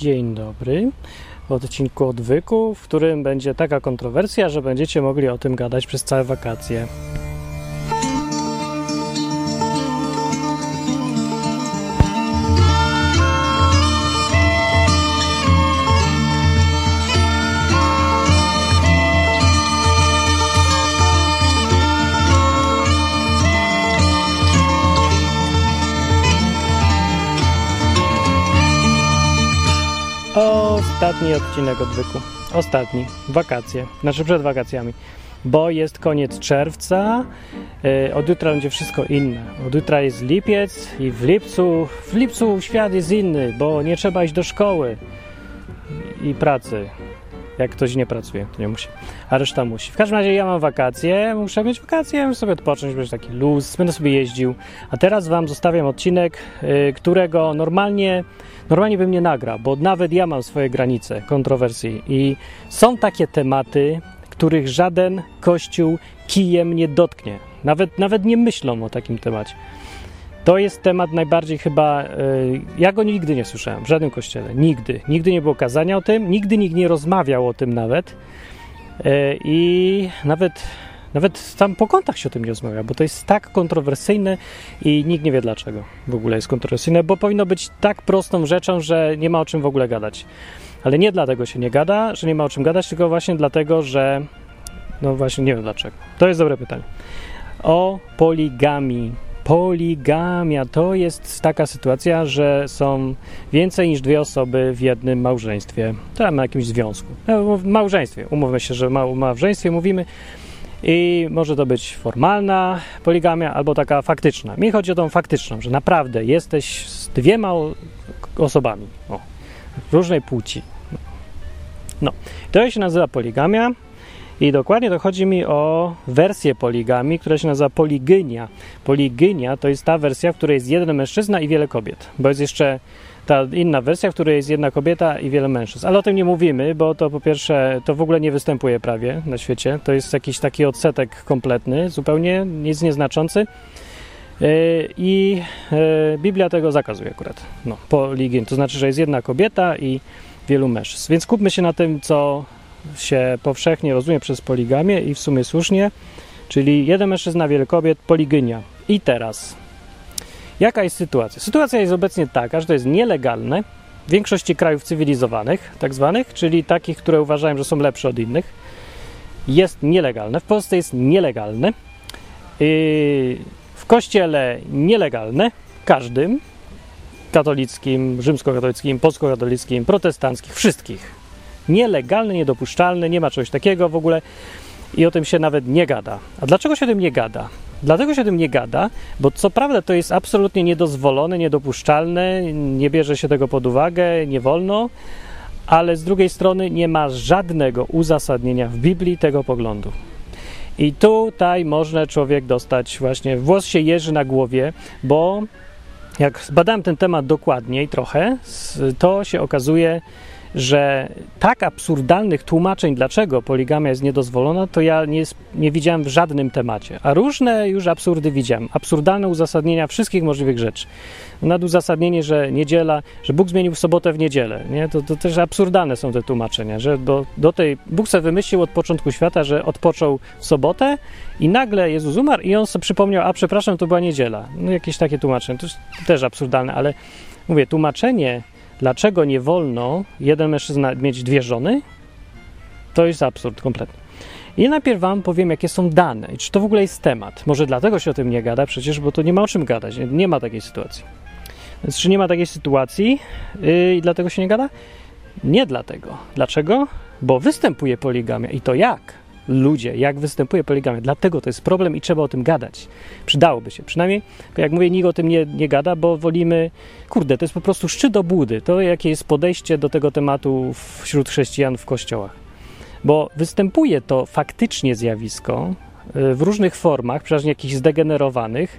Dzień dobry. W odcinku Odwyku, w którym będzie taka kontrowersja, że będziecie mogli o tym gadać przez całe wakacje. Ostatni odcinek Odwyku. Ostatni. Wakacje. Znaczy przed wakacjami. Bo jest koniec czerwca. Od jutra będzie wszystko inne. Od jutra jest lipiec i w lipcu świat jest inny, bo nie trzeba iść do szkoły i pracy. Jak ktoś nie pracuje, to nie musi. A reszta musi. W każdym razie ja mam wakacje. Muszę mieć wakacje, muszę sobie odpocząć, będzie taki luz. Będę sobie jeździł. A teraz wam zostawiam odcinek, którego normalnie bym nie nagrał, bo nawet ja mam swoje granice kontrowersji i są takie tematy, których żaden kościół kijem nie dotknie. Nawet nie myślą o takim temacie. To jest temat najbardziej chyba... ja go nigdy nie słyszałem w żadnym kościele. Nigdy. Nigdy nie było kazania o tym. Nigdy nikt nie rozmawiał o tym nawet. I nawet tam po kątach się o tym nie rozmawia, bo to jest tak kontrowersyjne i nikt nie wie dlaczego w ogóle jest kontrowersyjne, bo powinno być tak prostą rzeczą, że nie ma o czym w ogóle gadać. Ale nie dlatego się nie gada, że nie ma o czym gadać, tylko właśnie dlatego, że... No właśnie nie wiem dlaczego. To jest dobre pytanie. O poligamii. Poligamia to jest taka sytuacja, że są więcej niż dwie osoby w jednym małżeństwie. Tam na jakimś związku. No, w małżeństwie. Umówmy się, że o małżeństwie mówimy. I może to być formalna poligamia albo taka faktyczna. Mi chodzi o tą faktyczną, że naprawdę jesteś z dwiema osobami różnej płci. No, to się nazywa poligamia i dokładnie to chodzi mi o wersję poligami, która się nazywa poligynia. Poligynia to jest ta wersja, w której jest jeden mężczyzna i wiele kobiet, bo jest jeszcze ta inna wersja, w której jest jedna kobieta i wiele mężczyzn. Ale o tym nie mówimy, bo to po pierwsze, to w ogóle nie występuje prawie na świecie. To jest jakiś taki odsetek kompletny, zupełnie nic nieznaczący. I Biblia tego zakazuje akurat. No, poligin, to znaczy, że jest jedna kobieta i wielu mężczyzn. Więc skupmy się na tym, co się powszechnie rozumie przez poligamię i w sumie słusznie, czyli jeden mężczyzna, wiele kobiet, poligynia. I teraz... Jaka jest sytuacja? Sytuacja jest obecnie taka, że to jest nielegalne w większości krajów cywilizowanych, tak zwanych, czyli takich, które uważają, że są lepsze od innych. Jest nielegalne. W Polsce jest nielegalne. W kościele nielegalne. Każdym. Katolickim, rzymskokatolickim, polskokatolickim, protestanckim, wszystkich. Nielegalne, niedopuszczalne, nie ma czegoś takiego w ogóle i o tym się nawet nie gada. A dlaczego się o tym nie gada? Dlatego się o tym nie gada, bo co prawda to jest absolutnie niedozwolone, niedopuszczalne, nie bierze się tego pod uwagę, nie wolno, ale z drugiej strony nie ma żadnego uzasadnienia w Biblii tego poglądu. I tutaj może człowiek dostać właśnie, włos się jeży na głowie, bo jak zbadałem ten temat dokładniej trochę, to się okazuje, że tak absurdalnych tłumaczeń, dlaczego poligamia jest niedozwolona, to ja nie widziałem w żadnym temacie. A różne już absurdy widziałem. Absurdalne uzasadnienia wszystkich możliwych rzeczy. Nad uzasadnienie, że niedziela, że Bóg zmienił sobotę w niedzielę. Nie? To też absurdalne są te tłumaczenia, że do tej Bóg sobie wymyślił od początku świata, że odpoczął w sobotę i nagle Jezus umarł i on sobie przypomniał, a przepraszam, to była niedziela. No jakieś takie tłumaczenie. To też absurdalne, ale mówię, tłumaczenie, dlaczego nie wolno jeden mężczyzna mieć dwie żony, to jest absurd kompletny. I najpierw wam powiem, jakie są dane i czy to w ogóle jest temat. Może dlatego się o tym nie gada przecież, bo to nie ma o czym gadać. Nie ma takiej sytuacji. Więc czy nie ma takiej sytuacji i dlatego się nie gada? Nie dlatego. Dlaczego? Bo występuje poligamia. I to jak? Ludzie, jak występuje poligamia. Dlatego to jest problem i trzeba o tym gadać. Przydałoby się. Przynajmniej, jak mówię, nikt o tym nie gada, bo wolimy... Kurde, to jest po prostu szczyt obłudy. To, jakie jest podejście do tego tematu wśród chrześcijan w kościołach. Bo występuje to faktycznie zjawisko w różnych formach, przeważnie jakichś zdegenerowanych,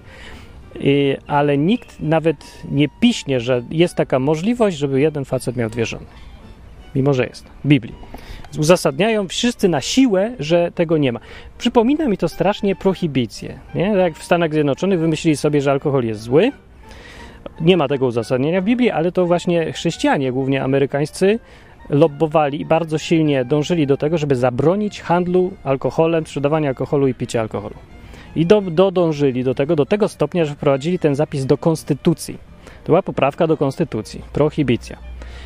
ale nikt nawet nie piśnie, że jest taka możliwość, żeby jeden facet miał dwie żony. Mimo że jest. W Biblii. Uzasadniają wszyscy na siłę, że tego nie ma. Przypomina mi to strasznie prohibicję. Nie? Jak w Stanach Zjednoczonych wymyślili sobie, że alkohol jest zły, Nie ma tego uzasadnienia w Biblii, ale to właśnie chrześcijanie, głównie amerykańscy, lobbowali i bardzo silnie dążyli do tego, żeby zabronić handlu alkoholem, sprzedawania alkoholu i picia alkoholu. I dążyli do tego stopnia, że wprowadzili ten zapis do konstytucji. To była poprawka do konstytucji, prohibicja.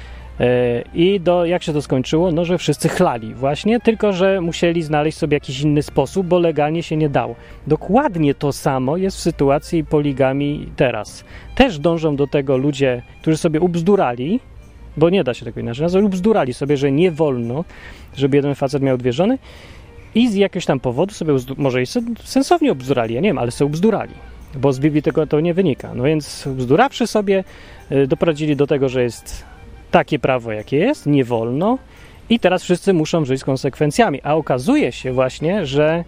I jak się to skończyło? No, że wszyscy chlali właśnie, tylko że musieli znaleźć sobie jakiś inny sposób, bo legalnie się nie dało. Dokładnie to samo jest w sytuacji poligami teraz. Też dążą do tego ludzie, którzy sobie ubzdurali, bo nie da się tego inaczej nazwać, ubzdurali sobie, że nie wolno, żeby jeden facet miał dwie żony i z jakiegoś tam powodu sobie, może i sensownie ubzdurali, ja nie wiem, ale sobie ubzdurali, bo z Biblii tego to nie wynika. No więc ubzdurawszy sobie, doprowadzili do tego, że jest takie prawo, jakie jest, nie wolno i teraz wszyscy muszą żyć z konsekwencjami. A okazuje się właśnie, że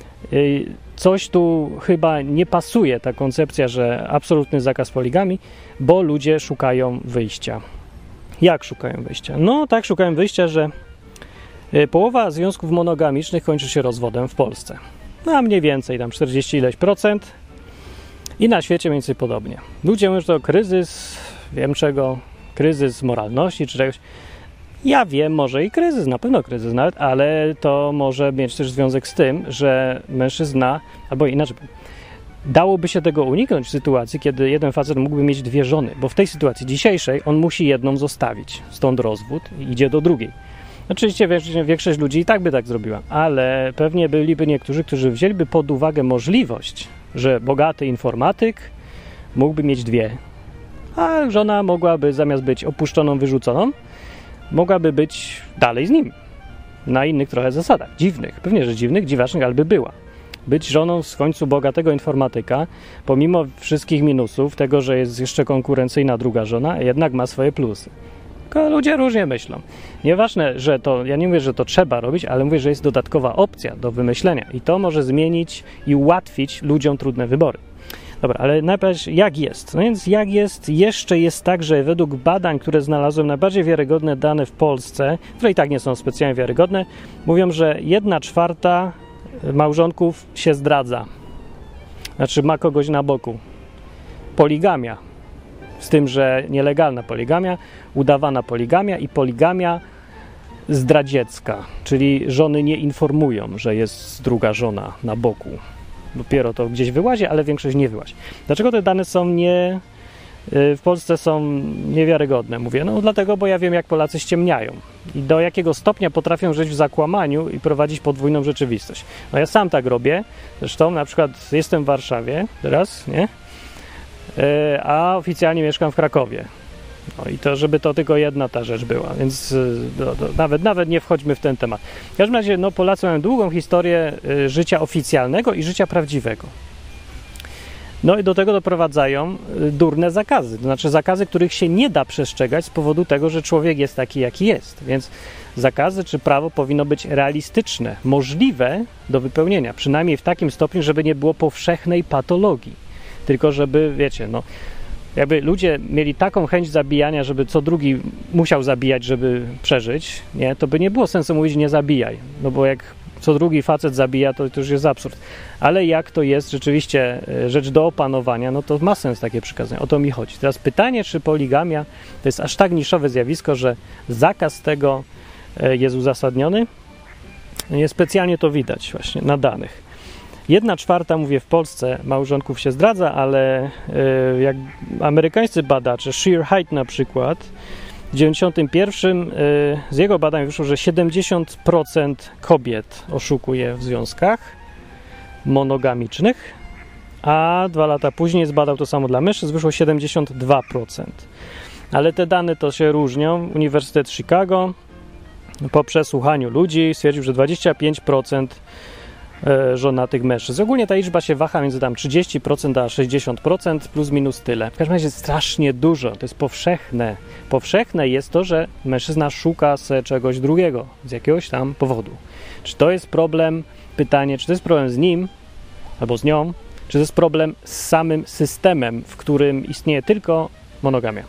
coś tu chyba nie pasuje, ta koncepcja, że absolutny zakaz poligami, bo ludzie szukają wyjścia. Jak szukają wyjścia? No tak szukają wyjścia, że połowa związków monogamicznych kończy się rozwodem w Polsce. No a mniej więcej, tam 40 ileś procent i na świecie mniej więcej podobnie. Ludzie mówią, że to kryzys, wiem czego, kryzys moralności czy czegoś. Ja wiem, może i kryzys, na pewno kryzys nawet, ale to może mieć też związek z tym, że mężczyzna, albo inaczej, dałoby się tego uniknąć w sytuacji, kiedy jeden facet mógłby mieć dwie żony, bo w tej sytuacji dzisiejszej on musi jedną zostawić, stąd rozwód i idzie do drugiej. Oczywiście większość ludzi i tak by tak zrobiła, ale pewnie byliby niektórzy, którzy wzięliby pod uwagę możliwość, że bogaty informatyk mógłby mieć dwie, a żona mogłaby zamiast być opuszczoną, wyrzuconą, mogłaby być dalej z nim, na innych trochę zasadach, dziwnych, pewnie, że dziwnych, dziwacznych, ale by była. Być żoną w końcu bogatego informatyka, pomimo wszystkich minusów, tego, że jest jeszcze konkurencyjna druga żona, jednak ma swoje plusy. Tylko ludzie różnie myślą. Nieważne, że to, ja nie mówię, że to trzeba robić, ale mówię, że jest dodatkowa opcja do wymyślenia i to może zmienić i ułatwić ludziom trudne wybory. Dobra, ale najpierw jak jest? No więc jak jest? Jeszcze jest tak, że według badań, które znalazłem, najbardziej wiarygodne dane w Polsce, które i tak nie są specjalnie wiarygodne, mówią, że 1/4 małżonków się zdradza. Znaczy ma kogoś na boku. Poligamia. Z tym, że nielegalna poligamia, udawana poligamia i poligamia zdradziecka. Czyli żony nie informują, że jest druga żona na boku. Dopiero to gdzieś wyłazi, ale większość nie wyłazi. Dlaczego te dane są w Polsce są niewiarygodne? Mówię, no dlatego, bo ja wiem, jak Polacy ściemniają i do jakiego stopnia potrafią żyć w zakłamaniu i prowadzić podwójną rzeczywistość. No ja sam tak robię, zresztą na przykład jestem w Warszawie teraz, nie? A oficjalnie mieszkam w Krakowie. No i to, żeby to tylko jedna ta rzecz była, więc nawet nie wchodźmy w ten temat. W każdym razie, no Polacy mają długą historię życia oficjalnego i życia prawdziwego. No i do tego doprowadzają durne zakazy, to znaczy zakazy, których się nie da przestrzegać z powodu tego, że człowiek jest taki, jaki jest. Więc zakazy czy prawo powinno być realistyczne, możliwe do wypełnienia, przynajmniej w takim stopniu, żeby nie było powszechnej patologii. Tylko żeby, wiecie, no jakby ludzie mieli taką chęć zabijania, żeby co drugi musiał zabijać, żeby przeżyć, nie, to by nie było sensu mówić nie zabijaj, no bo jak co drugi facet zabija, to już jest absurd. Ale jak to jest rzeczywiście rzecz do opanowania, no to ma sens takie przykazanie. O to mi chodzi. Teraz pytanie, czy poligamia to jest aż tak niszowe zjawisko, że zakaz tego jest uzasadniony? Niespecjalnie to widać właśnie na danych. 1/4, mówię, w Polsce małżonków się zdradza, ale jak amerykańscy badacze, Sheer Height na przykład, w 1991 z jego badań wyszło, że 70% kobiet oszukuje w związkach monogamicznych, a 2 lata później zbadał to samo dla mężczyzn, wyszło 72%. Ale te dane to się różnią. Uniwersytet Chicago po przesłuchaniu ludzi stwierdził, że 25% żonatych mężczyzn. Ogólnie ta liczba się waha między tam 30% a 60%, plus minus tyle. W każdym razie strasznie dużo. To jest powszechne. Powszechne jest to, że mężczyzna szuka sobie czegoś drugiego z jakiegoś tam powodu. Czy to jest problem? Pytanie, czy to jest problem z nim albo z nią, czy to jest problem z samym systemem, w którym istnieje tylko monogamia?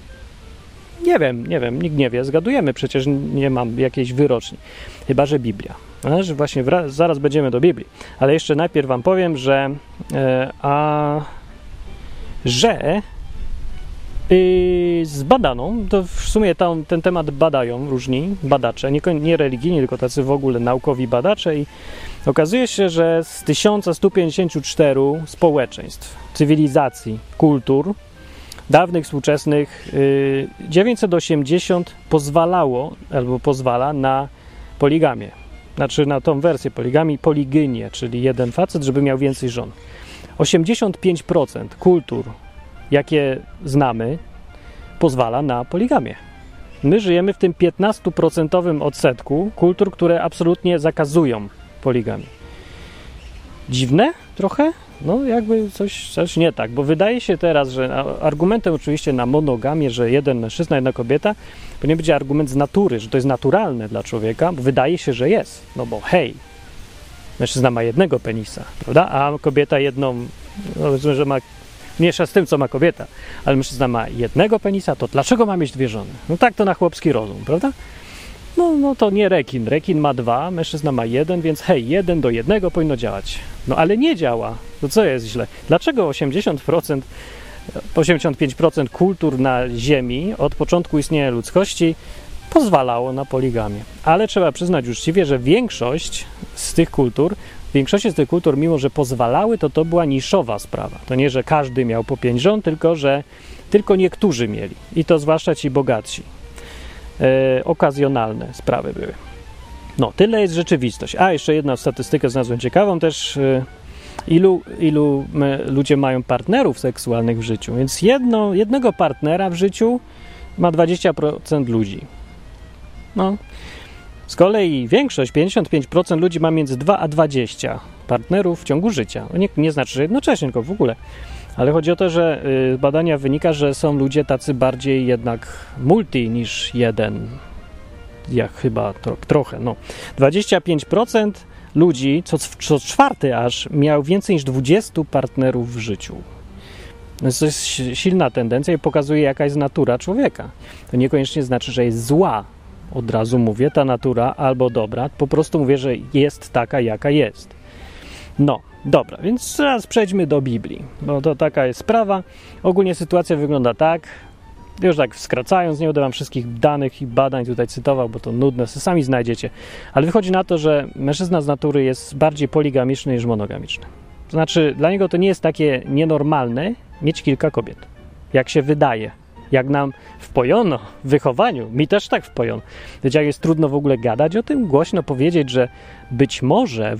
Nie wiem, nikt nie wie. Zgadujemy, przecież nie mam jakiejś wyroczni. Chyba że Biblia. Że właśnie zaraz będziemy do Biblii. Ale jeszcze najpierw wam powiem, że Zbadano, to w sumie ten temat badają różni badacze, nie religijni, tylko tacy w ogóle naukowi badacze i okazuje się, że z 1154 społeczeństw, cywilizacji, kultur dawnych, współczesnych 980 pozwalało albo pozwala na poligamię. Znaczy na tą wersję poligami, poligynię, czyli jeden facet, żeby miał więcej żon. 85% kultur, jakie znamy, pozwala na poligamię. My żyjemy w tym 15% odsetku kultur, które absolutnie zakazują poligamię. Dziwne trochę? No jakby coś nie tak, bo wydaje się teraz, że argumentem oczywiście na monogamię, że jeden mężczyzna, jedna kobieta, powinien być argument z natury, że to jest naturalne dla człowieka, bo wydaje się, że jest. No bo hej, mężczyzna ma jednego penisa, prawda? A kobieta jedną, no rozumiem, że ma mniejsza z tym, co ma kobieta, ale mężczyzna ma jednego penisa, to dlaczego ma mieć dwie żony? No tak to na chłopski rozum, prawda? No to nie rekin. Rekin ma 2, mężczyzna ma 1, więc hej, 1:1 powinno działać. No ale nie działa. To co jest źle? Dlaczego 85% kultur na Ziemi od początku istnienia ludzkości pozwalało na poligamię? Ale trzeba przyznać uczciwie, że większości z tych kultur, mimo że pozwalały, to była niszowa sprawa. To nie, że każdy miał po 5 żon, tylko że tylko niektórzy mieli. I to zwłaszcza ci bogatsi. Okazjonalne sprawy były. No, tyle jest rzeczywistość. A, jeszcze jedna statystykę znalazłem ciekawą też. Ilu ludzie mają partnerów seksualnych w życiu. Więc jednego partnera w życiu ma 20% ludzi. No. Z kolei większość, 55% ludzi ma między 2 a 20 partnerów w ciągu życia. Nie znaczy, że jednocześnie, tylko w ogóle. Ale chodzi o to, że z badania wynika, że są ludzie tacy bardziej jednak multi niż jeden. Jak chyba trochę, no. 25% ludzi, co czwarty aż, miał więcej niż 20 partnerów w życiu. To jest silna tendencja i pokazuje, jaka jest natura człowieka. To niekoniecznie znaczy, że jest zła. Od razu mówię, ta natura albo dobra. Po prostu mówię, że jest taka, jaka jest. No. Dobra, więc teraz przejdźmy do Biblii, bo to taka jest sprawa. Ogólnie sytuacja wygląda tak, już tak skracając, nie będę wam wszystkich danych i badań tutaj cytował, bo to nudne, sami znajdziecie, ale wychodzi na to, że mężczyzna z natury jest bardziej poligamiczny niż monogamiczny. To znaczy, dla niego to nie jest takie nienormalne mieć kilka kobiet, jak się wydaje, jak nam wpojono w wychowaniu, mi też tak wpojono. Wiecie, jak jest trudno w ogóle gadać o tym, głośno powiedzieć, że być może,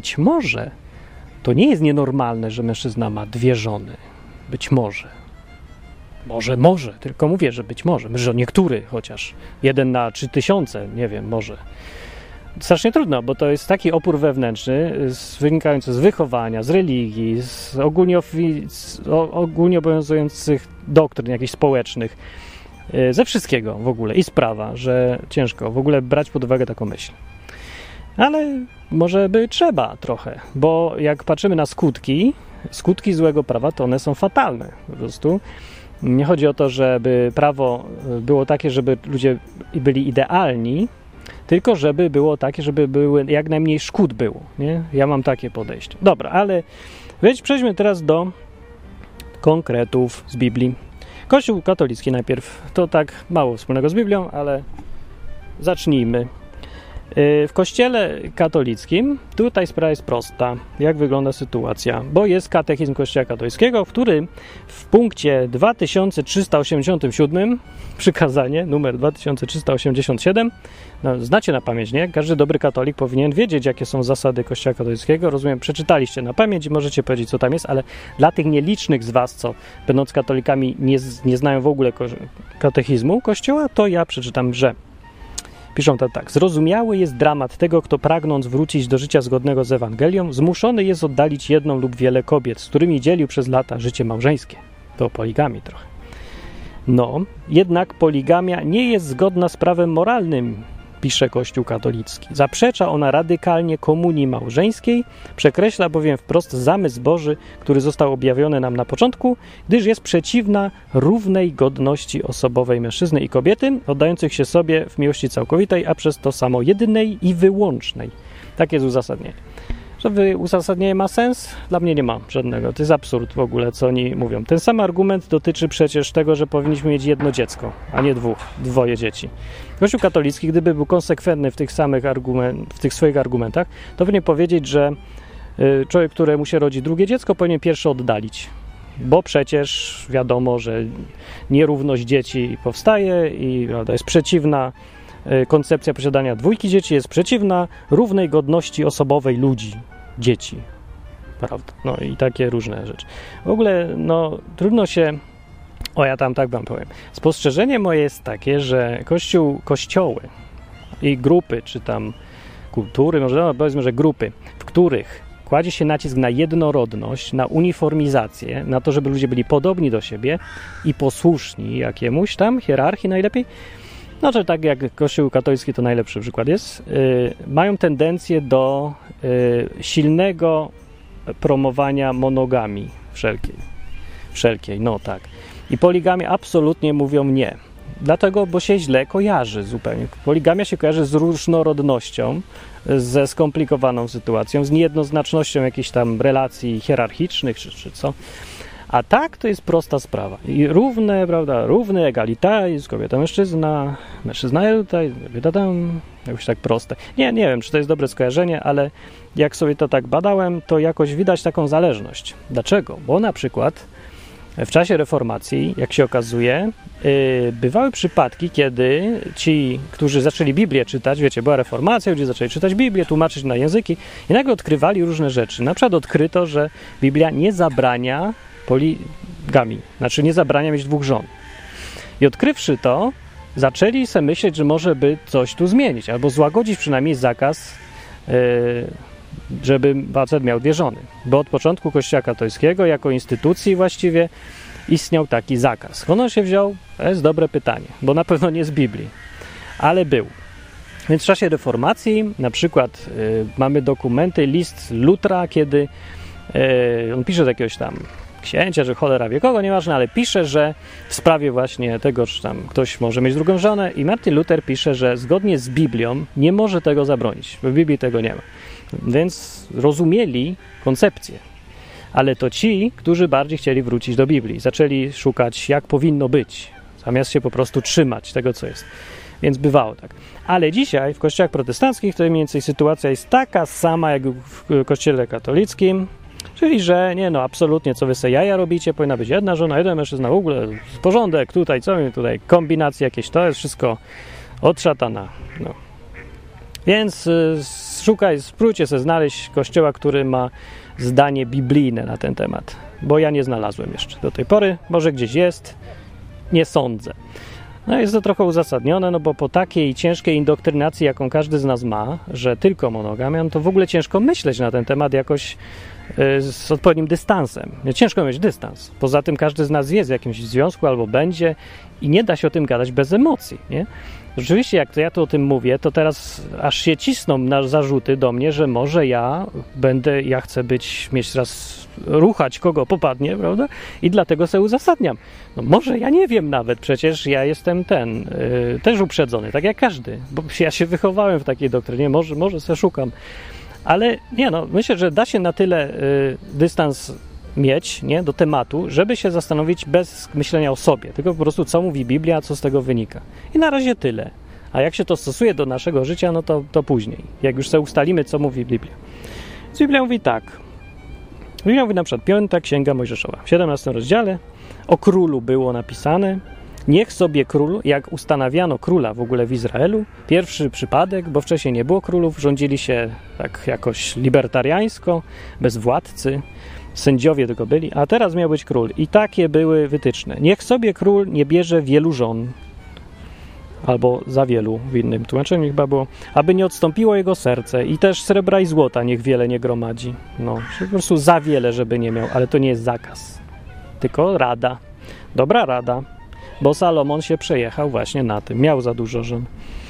to nie jest nienormalne, że mężczyzna ma 2 żony. Być może. Może. Tylko mówię, że być może. Że niektóry chociaż. 1 na 3000, nie wiem, może. Strasznie trudno, bo to jest taki opór wewnętrzny, wynikający z wychowania, z religii, z ogólnie obowiązujących doktryn jakichś społecznych, ze wszystkiego w ogóle i sprawa, że ciężko w ogóle brać pod uwagę taką myśl. Ale może by trzeba trochę, bo jak patrzymy na skutki złego prawa, to one są fatalne po prostu. Nie chodzi o to, żeby prawo było takie, żeby ludzie byli idealni, tylko żeby było takie, żeby były jak najmniej szkód było. Nie? Ja mam takie podejście. Dobra, ale przejdźmy teraz do konkretów z Biblii. Kościół katolicki najpierw. To tak mało wspólnego z Biblią, ale zacznijmy. W kościele katolickim tutaj sprawa jest prosta, jak wygląda sytuacja, bo jest katechizm kościoła katolickiego, w którym w punkcie 2387, przykazanie numer 2387, no, znacie na pamięć, nie? Każdy dobry katolik powinien wiedzieć, jakie są zasady kościoła katolickiego. Rozumiem, przeczytaliście na pamięć i możecie powiedzieć, co tam jest, ale dla tych nielicznych z was, co będąc katolikami nie znają w ogóle katechizmu kościoła, to ja przeczytam, że piszą to tak. Zrozumiały jest dramat tego, kto pragnąc wrócić do życia zgodnego z Ewangelią, zmuszony jest oddalić jedną lub wiele kobiet, z którymi dzielił przez lata życie małżeńskie. To poligamii trochę. No, jednak poligamia nie jest zgodna z prawem moralnym, pisze Kościół katolicki. Zaprzecza ona radykalnie komunii małżeńskiej, przekreśla bowiem wprost zamysł Boży, który został objawiony nam na początku, gdyż jest przeciwna równej godności osobowej mężczyzny i kobiety, oddających się sobie w miłości całkowitej, a przez to samo jedynej i wyłącznej. Tak jest uzasadnienie. To uzasadnienie ma sens? Dla mnie nie ma żadnego. To jest absurd w ogóle, co oni mówią. Ten sam argument dotyczy przecież tego, że powinniśmy mieć jedno dziecko, a nie dwoje dzieci. Kościół katolicki, gdyby był konsekwentny w tych swoich argumentach, to powinien powiedzieć, że człowiek, któremu się rodzi drugie dziecko, powinien pierwsze oddalić. Bo przecież wiadomo, że nierówność dzieci powstaje i prawda, jest przeciwna koncepcja posiadania dwójki dzieci, jest przeciwna równej godności osobowej ludzi, dzieci. Prawda? No i takie różne rzeczy. W ogóle, no, trudno się... ja tam tak wam powiem. Spostrzeżenie moje jest takie, że kościoły i grupy, czy tam kultury, może powiedzmy, że grupy, w których kładzie się nacisk na jednorodność, na uniformizację, na to, żeby ludzie byli podobni do siebie i posłuszni jakiemuś tam hierarchii najlepiej, no to tak jak Kościół katolicki to najlepszy przykład jest, mają tendencję do silnego promowania monogamii wszelkiej, no tak. I poligamii absolutnie mówią nie. Dlatego, bo się źle kojarzy zupełnie. Poligamia się kojarzy z różnorodnością, ze skomplikowaną sytuacją, z niejednoznacznością jakichś tam relacji hierarchicznych czy co. A tak to jest prosta sprawa. I równy egalitaryzm, kobieta, mężczyzna tutaj, kobieta tam, jakoś tak proste. Nie wiem, czy to jest dobre skojarzenie, ale jak sobie to tak badałem, to jakoś widać taką zależność. Dlaczego? Bo na przykład w czasie reformacji, jak się okazuje, bywały przypadki, kiedy ci, którzy zaczęli Biblię czytać, wiecie, była reformacja, ludzie zaczęli czytać Biblię, tłumaczyć na języki i nagle odkrywali różne rzeczy. Na przykład odkryto, że Biblia nie zabrania poligamii, znaczy nie zabrania mieć dwóch żon. I odkrywszy to, zaczęli sobie myśleć, że może by coś tu zmienić, albo złagodzić przynajmniej zakaz, żeby facet miał dwie żony. Bo od początku Kościoła katolickiego, jako instytucji właściwie, istniał taki zakaz. Skąd on się wziął? To jest dobre pytanie, bo na pewno nie z Biblii, ale był. Więc w czasie reformacji, na przykład mamy dokumenty, list Lutra, kiedy on pisze do jakiegoś tam księcia, że cholera wie kogo, nieważne, ale pisze, że w sprawie właśnie tego, czy tam ktoś może mieć drugą żonę i Martin Luther pisze, że zgodnie z Biblią nie może tego zabronić, bo w Biblii tego nie ma. Więc rozumieli koncepcję. Ale to ci, którzy bardziej chcieli wrócić do Biblii, zaczęli szukać, jak powinno być, zamiast się po prostu trzymać tego, co jest. Więc bywało tak. Ale dzisiaj w kościołach protestanckich to mniej więcej sytuacja jest taka sama, jak w kościele katolickim, czyli, że nie, no absolutnie, co wy sobie jaja robicie, powinna być jedna żona, jeden mężczyzna, w ogóle porządek, tutaj kombinacje jakieś, to jest wszystko od szatana. No. Więc spróbujcie sobie znaleźć kościoła, który ma zdanie biblijne na ten temat, bo ja nie znalazłem jeszcze do tej pory, może gdzieś jest, nie sądzę. No jest to trochę uzasadnione, no bo po takiej ciężkiej indoktrynacji, jaką każdy z nas ma, że tylko monogamia, no to w ogóle ciężko myśleć na ten temat jakoś z odpowiednim dystansem. Ciężko mieć dystans. Poza tym każdy z nas jest w jakimś związku albo będzie i nie da się o tym gadać bez emocji, nie? Rzeczywiście, jak to ja tu o tym mówię, to teraz aż się cisną na zarzuty do mnie, że może ja chcę mieć teraz ruchać kogo popadnie, prawda? I dlatego sobie uzasadniam. No może ja nie wiem nawet, przecież ja jestem też uprzedzony, tak jak każdy, bo ja się wychowałem w takiej doktrynie, może sobie szukam. Ale nie, no myślę, że da się na tyle dystans mieć, nie, do tematu, żeby się zastanowić bez myślenia o sobie, tylko po prostu co mówi Biblia, co z tego wynika. I na razie tyle. A jak się to stosuje do naszego życia, no to później, jak już sobie ustalimy, co mówi Biblia. Więc Biblia mówi tak. Biblia mówi na przykład 5. Księga Mojżeszowa. W 17 rozdziale o królu było napisane: niech sobie król, jak ustanawiano króla w ogóle w Izraelu, pierwszy przypadek, bo wcześniej nie było królów, rządzili się tak jakoś libertariańsko, bez władcy, sędziowie tylko byli, a teraz miał być król. I takie były wytyczne. Niech sobie król nie bierze wielu żon, albo za wielu, w innym tłumaczeniu chyba było, aby nie odstąpiło jego serce i też srebra i złota niech wiele nie gromadzi. No, po prostu za wiele, żeby nie miał, ale to nie jest zakaz, tylko rada. Dobra rada, bo Salomon się przejechał właśnie na tym, miał za dużo żon.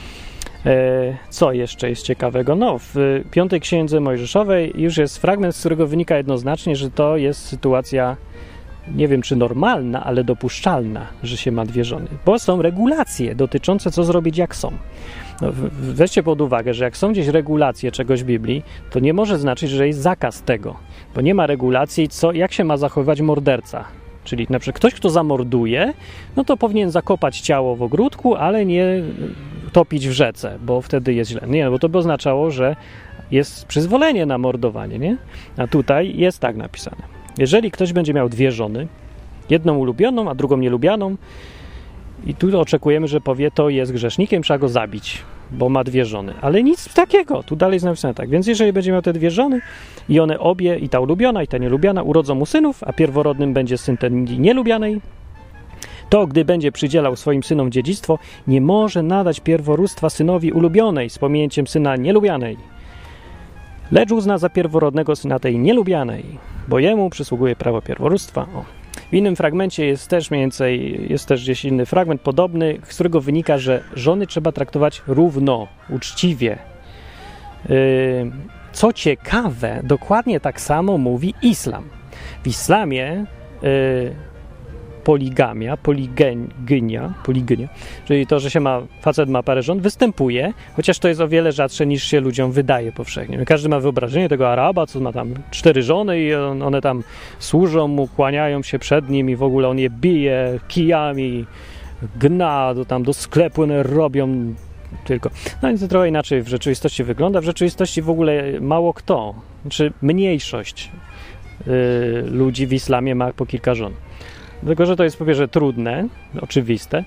Co jeszcze jest ciekawego? No, w 5. Księdze Mojżeszowej już jest fragment, z którego wynika jednoznacznie, że to jest sytuacja nie wiem czy normalna, ale dopuszczalna, że się ma dwie żony, bo są regulacje dotyczące co zrobić jak są. No, weźcie pod uwagę, że jak są gdzieś regulacje czegoś w Biblii, to nie może znaczyć, że jest zakaz tego, bo nie ma regulacji, jak się ma zachowywać morderca. Czyli na przykład ktoś, kto zamorduje, no to powinien zakopać ciało w ogródku, ale nie topić w rzece, bo wtedy jest źle. Nie, bo to by oznaczało, że jest przyzwolenie na mordowanie, nie? A tutaj jest tak napisane. Jeżeli ktoś będzie miał dwie żony, jedną ulubioną, a drugą nielubianą, i tu oczekujemy, że powie, to jest grzesznikiem, trzeba go zabić, bo ma dwie żony. Ale nic takiego, tu dalej jest napisane tak. Więc jeżeli będzie miał te dwie żony i one obie, i ta ulubiona, i ta nielubiana, urodzą mu synów, a pierworodnym będzie syn tej nielubianej, to gdy będzie przydzielał swoim synom dziedzictwo, nie może nadać pierworództwa synowi ulubionej z pominięciem syna nielubianej, lecz uzna za pierworodnego syna tej nielubianej, bo jemu przysługuje prawo pierworództwa. O. W innym fragmencie jest też mniej więcej, jest też gdzieś inny fragment podobny, z którego wynika, że żony trzeba traktować równo, uczciwie. Co ciekawe, dokładnie tak samo mówi islam. W islamie poligynia, czyli to, że facet ma parę żon, występuje, chociaż to jest o wiele rzadsze niż się ludziom wydaje powszechnie. Każdy ma wyobrażenie tego Araba, co ma tam 4 żony i one tam służą mu, kłaniają się przed nim i w ogóle on je bije kijami, gna, tam do sklepu one robią tylko. No więc to trochę inaczej w rzeczywistości wygląda. W rzeczywistości w ogóle mało kto, czy mniejszość ludzi w islamie ma po kilka żon. Dlatego, że to jest po pierwsze trudne, oczywiste.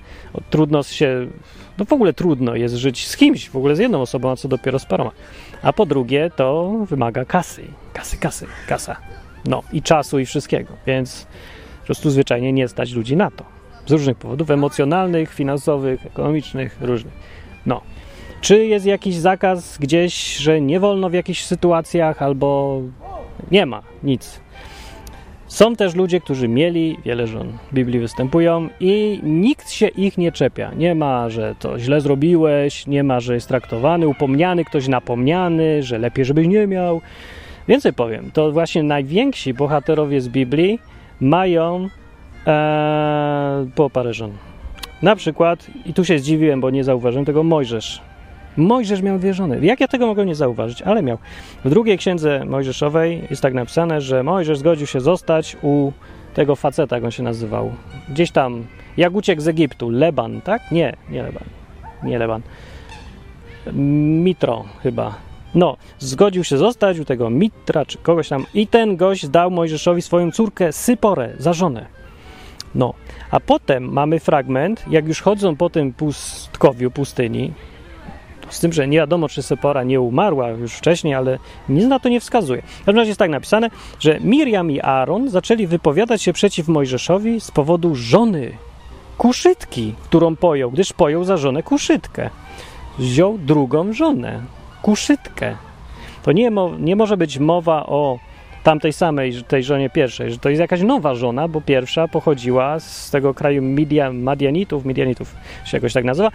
W ogóle trudno jest żyć z kimś, w ogóle z jedną osobą, a co dopiero z paroma. A po drugie, to wymaga kasa. No i czasu i wszystkiego, więc po prostu zwyczajnie nie stać ludzi na to. Z różnych powodów emocjonalnych, finansowych, ekonomicznych, różnych. No. Czy jest jakiś zakaz gdzieś, że nie wolno w jakichś sytuacjach, albo nie ma nic. Są też ludzie, którzy mieli wiele żon. W Biblii występują i nikt się ich nie czepia. Nie ma, że to źle zrobiłeś, nie ma, że jest traktowany, upomniany, ktoś napomniany, że lepiej, żebyś nie miał. Więcej powiem, to właśnie najwięksi bohaterowie z Biblii mają po parę żon. Na przykład, i tu się zdziwiłem, bo nie zauważyłem tego, Mojżesz. Mojżesz miał dwie żony. Jak ja tego mogę nie zauważyć? Ale miał. W drugiej księdze Mojżeszowej jest tak napisane, że Mojżesz zgodził się zostać u tego faceta, jak on się nazywał. Gdzieś tam, jak uciekł z Egiptu. Leban, tak? Nie Leban. Nie Leban. Mitro chyba. No, zgodził się zostać u tego Mitra, czy kogoś tam. I ten gość dał Mojżeszowi swoją córkę Syporę za żonę. No, a potem mamy fragment, jak już chodzą po tym pustkowiu, pustyni, z tym, że nie wiadomo, czy Sypora nie umarła już wcześniej, ale nic na to nie wskazuje. W każdym razie jest tak napisane, że Miriam i Aaron zaczęli wypowiadać się przeciw Mojżeszowi z powodu żony Kuszytki, którą pojął, gdyż pojął za żonę Kuszytkę. Wziął drugą żonę, Kuszytkę. To nie może być mowa o tamtej samej, tej żonie pierwszej, że to jest jakaś nowa żona, bo pierwsza pochodziła z tego kraju Madianitów się jakoś tak nazywa,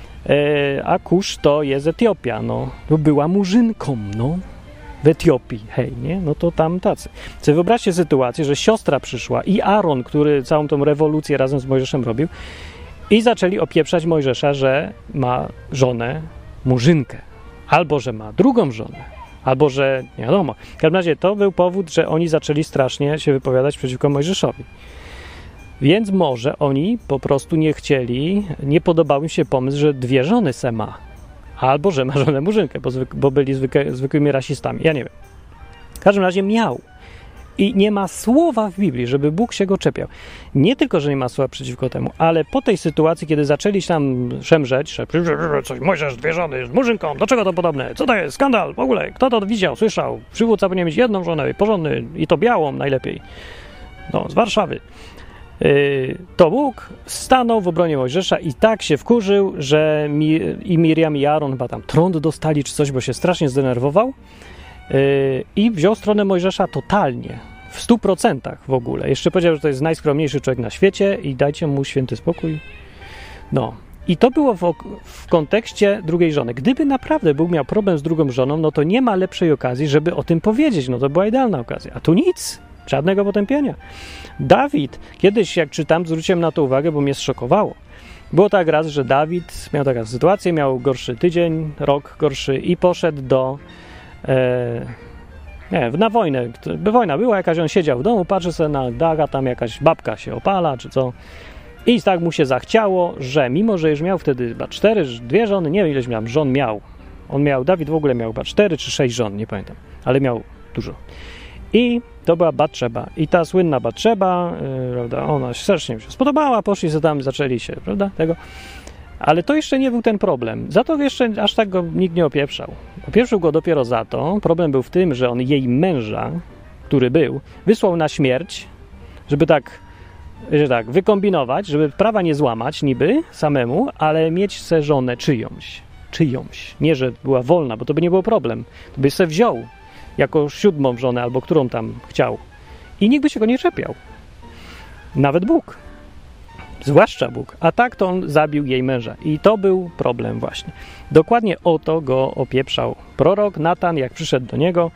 a Kusz to jest Etiopia, no. Była murzynką, no. W Etiopii, hej, nie? No to tam tacy. Sobie wyobraźcie sytuację, że siostra przyszła i Aaron, który całą tą rewolucję razem z Mojżeszem robił, i zaczęli opieprzać Mojżesza, że ma żonę murzynkę, albo że ma drugą żonę, albo że nie wiadomo. W każdym razie to był powód, że oni zaczęli strasznie się wypowiadać przeciwko Mojżeszowi. Więc może oni po prostu nie podobał im się pomysł, że dwie żony se ma. Albo że ma żonę murzynkę, bo byli zwykłymi rasistami. Ja nie wiem. W każdym razie miał. I nie ma słowa w Biblii, żeby Bóg się go czepiał. Nie tylko, że nie ma słowa przeciwko temu, ale po tej sytuacji, kiedy zaczęli tam szemrzeć, coś, Mojżesz, dwie żony z murzynką, do czego to podobne? Co to jest? Skandal w ogóle. Kto to widział, słyszał? Przywódca powinien mieć jedną żonę, porządny, i to białą najlepiej. No, z Warszawy. To Bóg stanął w obronie Mojżesza i tak się wkurzył, że i Miriam i Aaron chyba tam trąd dostali czy coś, bo się strasznie zdenerwował i wziął stronę Mojżesza totalnie, w 100% w ogóle. Jeszcze powiedział, że to jest najskromniejszy człowiek na świecie i dajcie mu święty spokój. No. I to było w kontekście drugiej żony. Gdyby naprawdę Bóg miał problem z drugą żoną, no to nie ma lepszej okazji, żeby o tym powiedzieć. No to była idealna okazja. A tu nic. Żadnego potępienia. Dawid, kiedyś jak czytam, zwróciłem na to uwagę, bo mnie zszokowało. Było tak raz, że Dawid miał taką sytuację, miał gorszy tydzień, rok gorszy i poszedł na wojnę. Wojna była jakaś, on siedział w domu, patrzy sobie na daga, tam jakaś babka się opala, czy co. I tak mu się zachciało, że mimo, że już miał wtedy chyba 2 żony, nie wiem ileś żon miał. Dawid w ogóle miał chyba 4 czy 6 żon, nie pamiętam, ale miał dużo. I to była Batszeba. I ta słynna Batszeba, prawda, ona strasznie mi się spodobała, poszli sobie tam, zaczęli się, prawda, tego. Ale to jeszcze nie był ten problem. Za to jeszcze aż tak go nikt nie opieprzał. Opieprzył go dopiero za to. Problem był w tym, że on jej męża, który był, wysłał na śmierć, żeby tak wykombinować, żeby prawa nie złamać niby samemu, ale mieć se żonę czyjąś. Nie, że była wolna, bo to by nie było problem. To by se wziął jako 7. żonę, albo którą tam chciał. I nikt by się go nie czepiał. Nawet Bóg. Zwłaszcza Bóg. A tak to on zabił jej męża. I to był problem właśnie. Dokładnie o to go opieprzał prorok Natan, jak przyszedł do niego.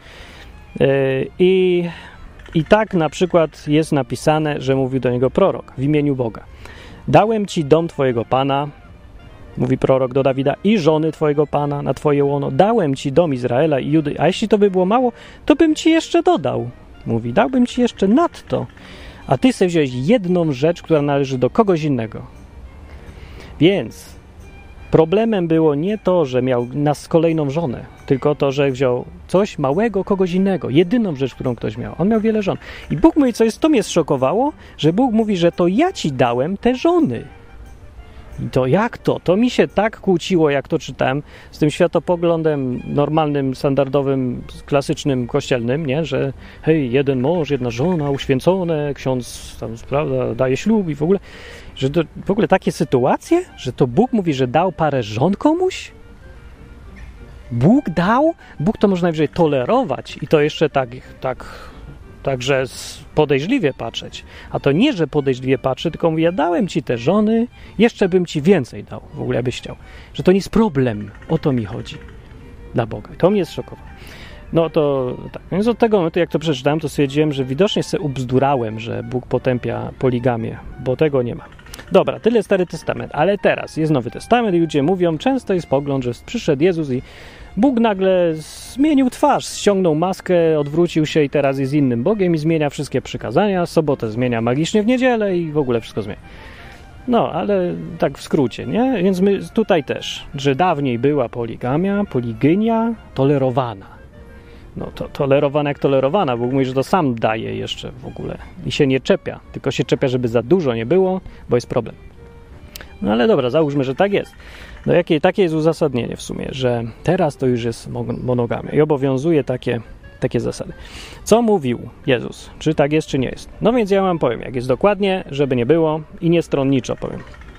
I tak na przykład jest napisane, że mówił do niego prorok w imieniu Boga. Dałem ci dom twojego Pana, mówi prorok do Dawida, i żony twojego Pana na twoje łono. Dałem ci dom Izraela i Judy, a jeśli to by było mało, to bym ci jeszcze dodał. Mówi, dałbym ci jeszcze nadto. A ty sobie wziąłeś jedną rzecz, która należy do kogoś innego. Więc problemem było nie to, że miał nas kolejną żonę, tylko to, że wziął coś małego kogoś innego. Jedyną rzecz, którą ktoś miał. On miał wiele żon. I Bóg mówi, to mnie zszokowało, że Bóg mówi, że to ja ci dałem te żony. I to jak to? To mi się tak kłóciło, jak to czytałem, z tym światopoglądem normalnym, standardowym, klasycznym, kościelnym, nie? Że hej, jeden mąż, jedna żona, uświęcone, ksiądz tam, prawda, daje ślub i w ogóle, że to, w ogóle takie sytuacje, że to Bóg mówi, że dał parę żon komuś? Bóg dał? Bóg to można najwyżej tolerować i to jeszcze także podejrzliwie patrzeć. A to nie, że podejrzliwie patrzy, tylko mówi, ja dałem ci te żony, jeszcze bym ci więcej dał, w ogóle byś chciał. Że to nie jest problem, o to mi chodzi dla Boga. I to mnie zszokowało. No to tak, więc od tego momentu, jak to przeczytałem, to stwierdziłem, że widocznie sobie ubzdurałem, że Bóg potępia poligamię, bo tego nie ma. Dobra, tyle Stary Testament, ale teraz jest Nowy Testament i ludzie mówią, często jest pogląd, że przyszedł Jezus i Bóg nagle zmienił twarz, ściągnął maskę, odwrócił się i teraz jest innym Bogiem i zmienia wszystkie przykazania, sobotę zmienia magicznie w niedzielę i w ogóle wszystko zmienia. No, ale tak w skrócie, nie? Więc my tutaj też, że dawniej była poligynia tolerowana. No to tolerowana jak tolerowana, Bóg mówi, że to sam daje jeszcze w ogóle i się nie czepia, tylko się czepia, żeby za dużo nie było, bo jest problem. No ale dobra, załóżmy, że tak jest. No takie jest uzasadnienie w sumie, że teraz to już jest monogamia i obowiązuje takie zasady. Co mówił Jezus? Czy tak jest, czy nie jest? No więc ja wam powiem, jak jest dokładnie, żeby nie było i niestronniczo powiem.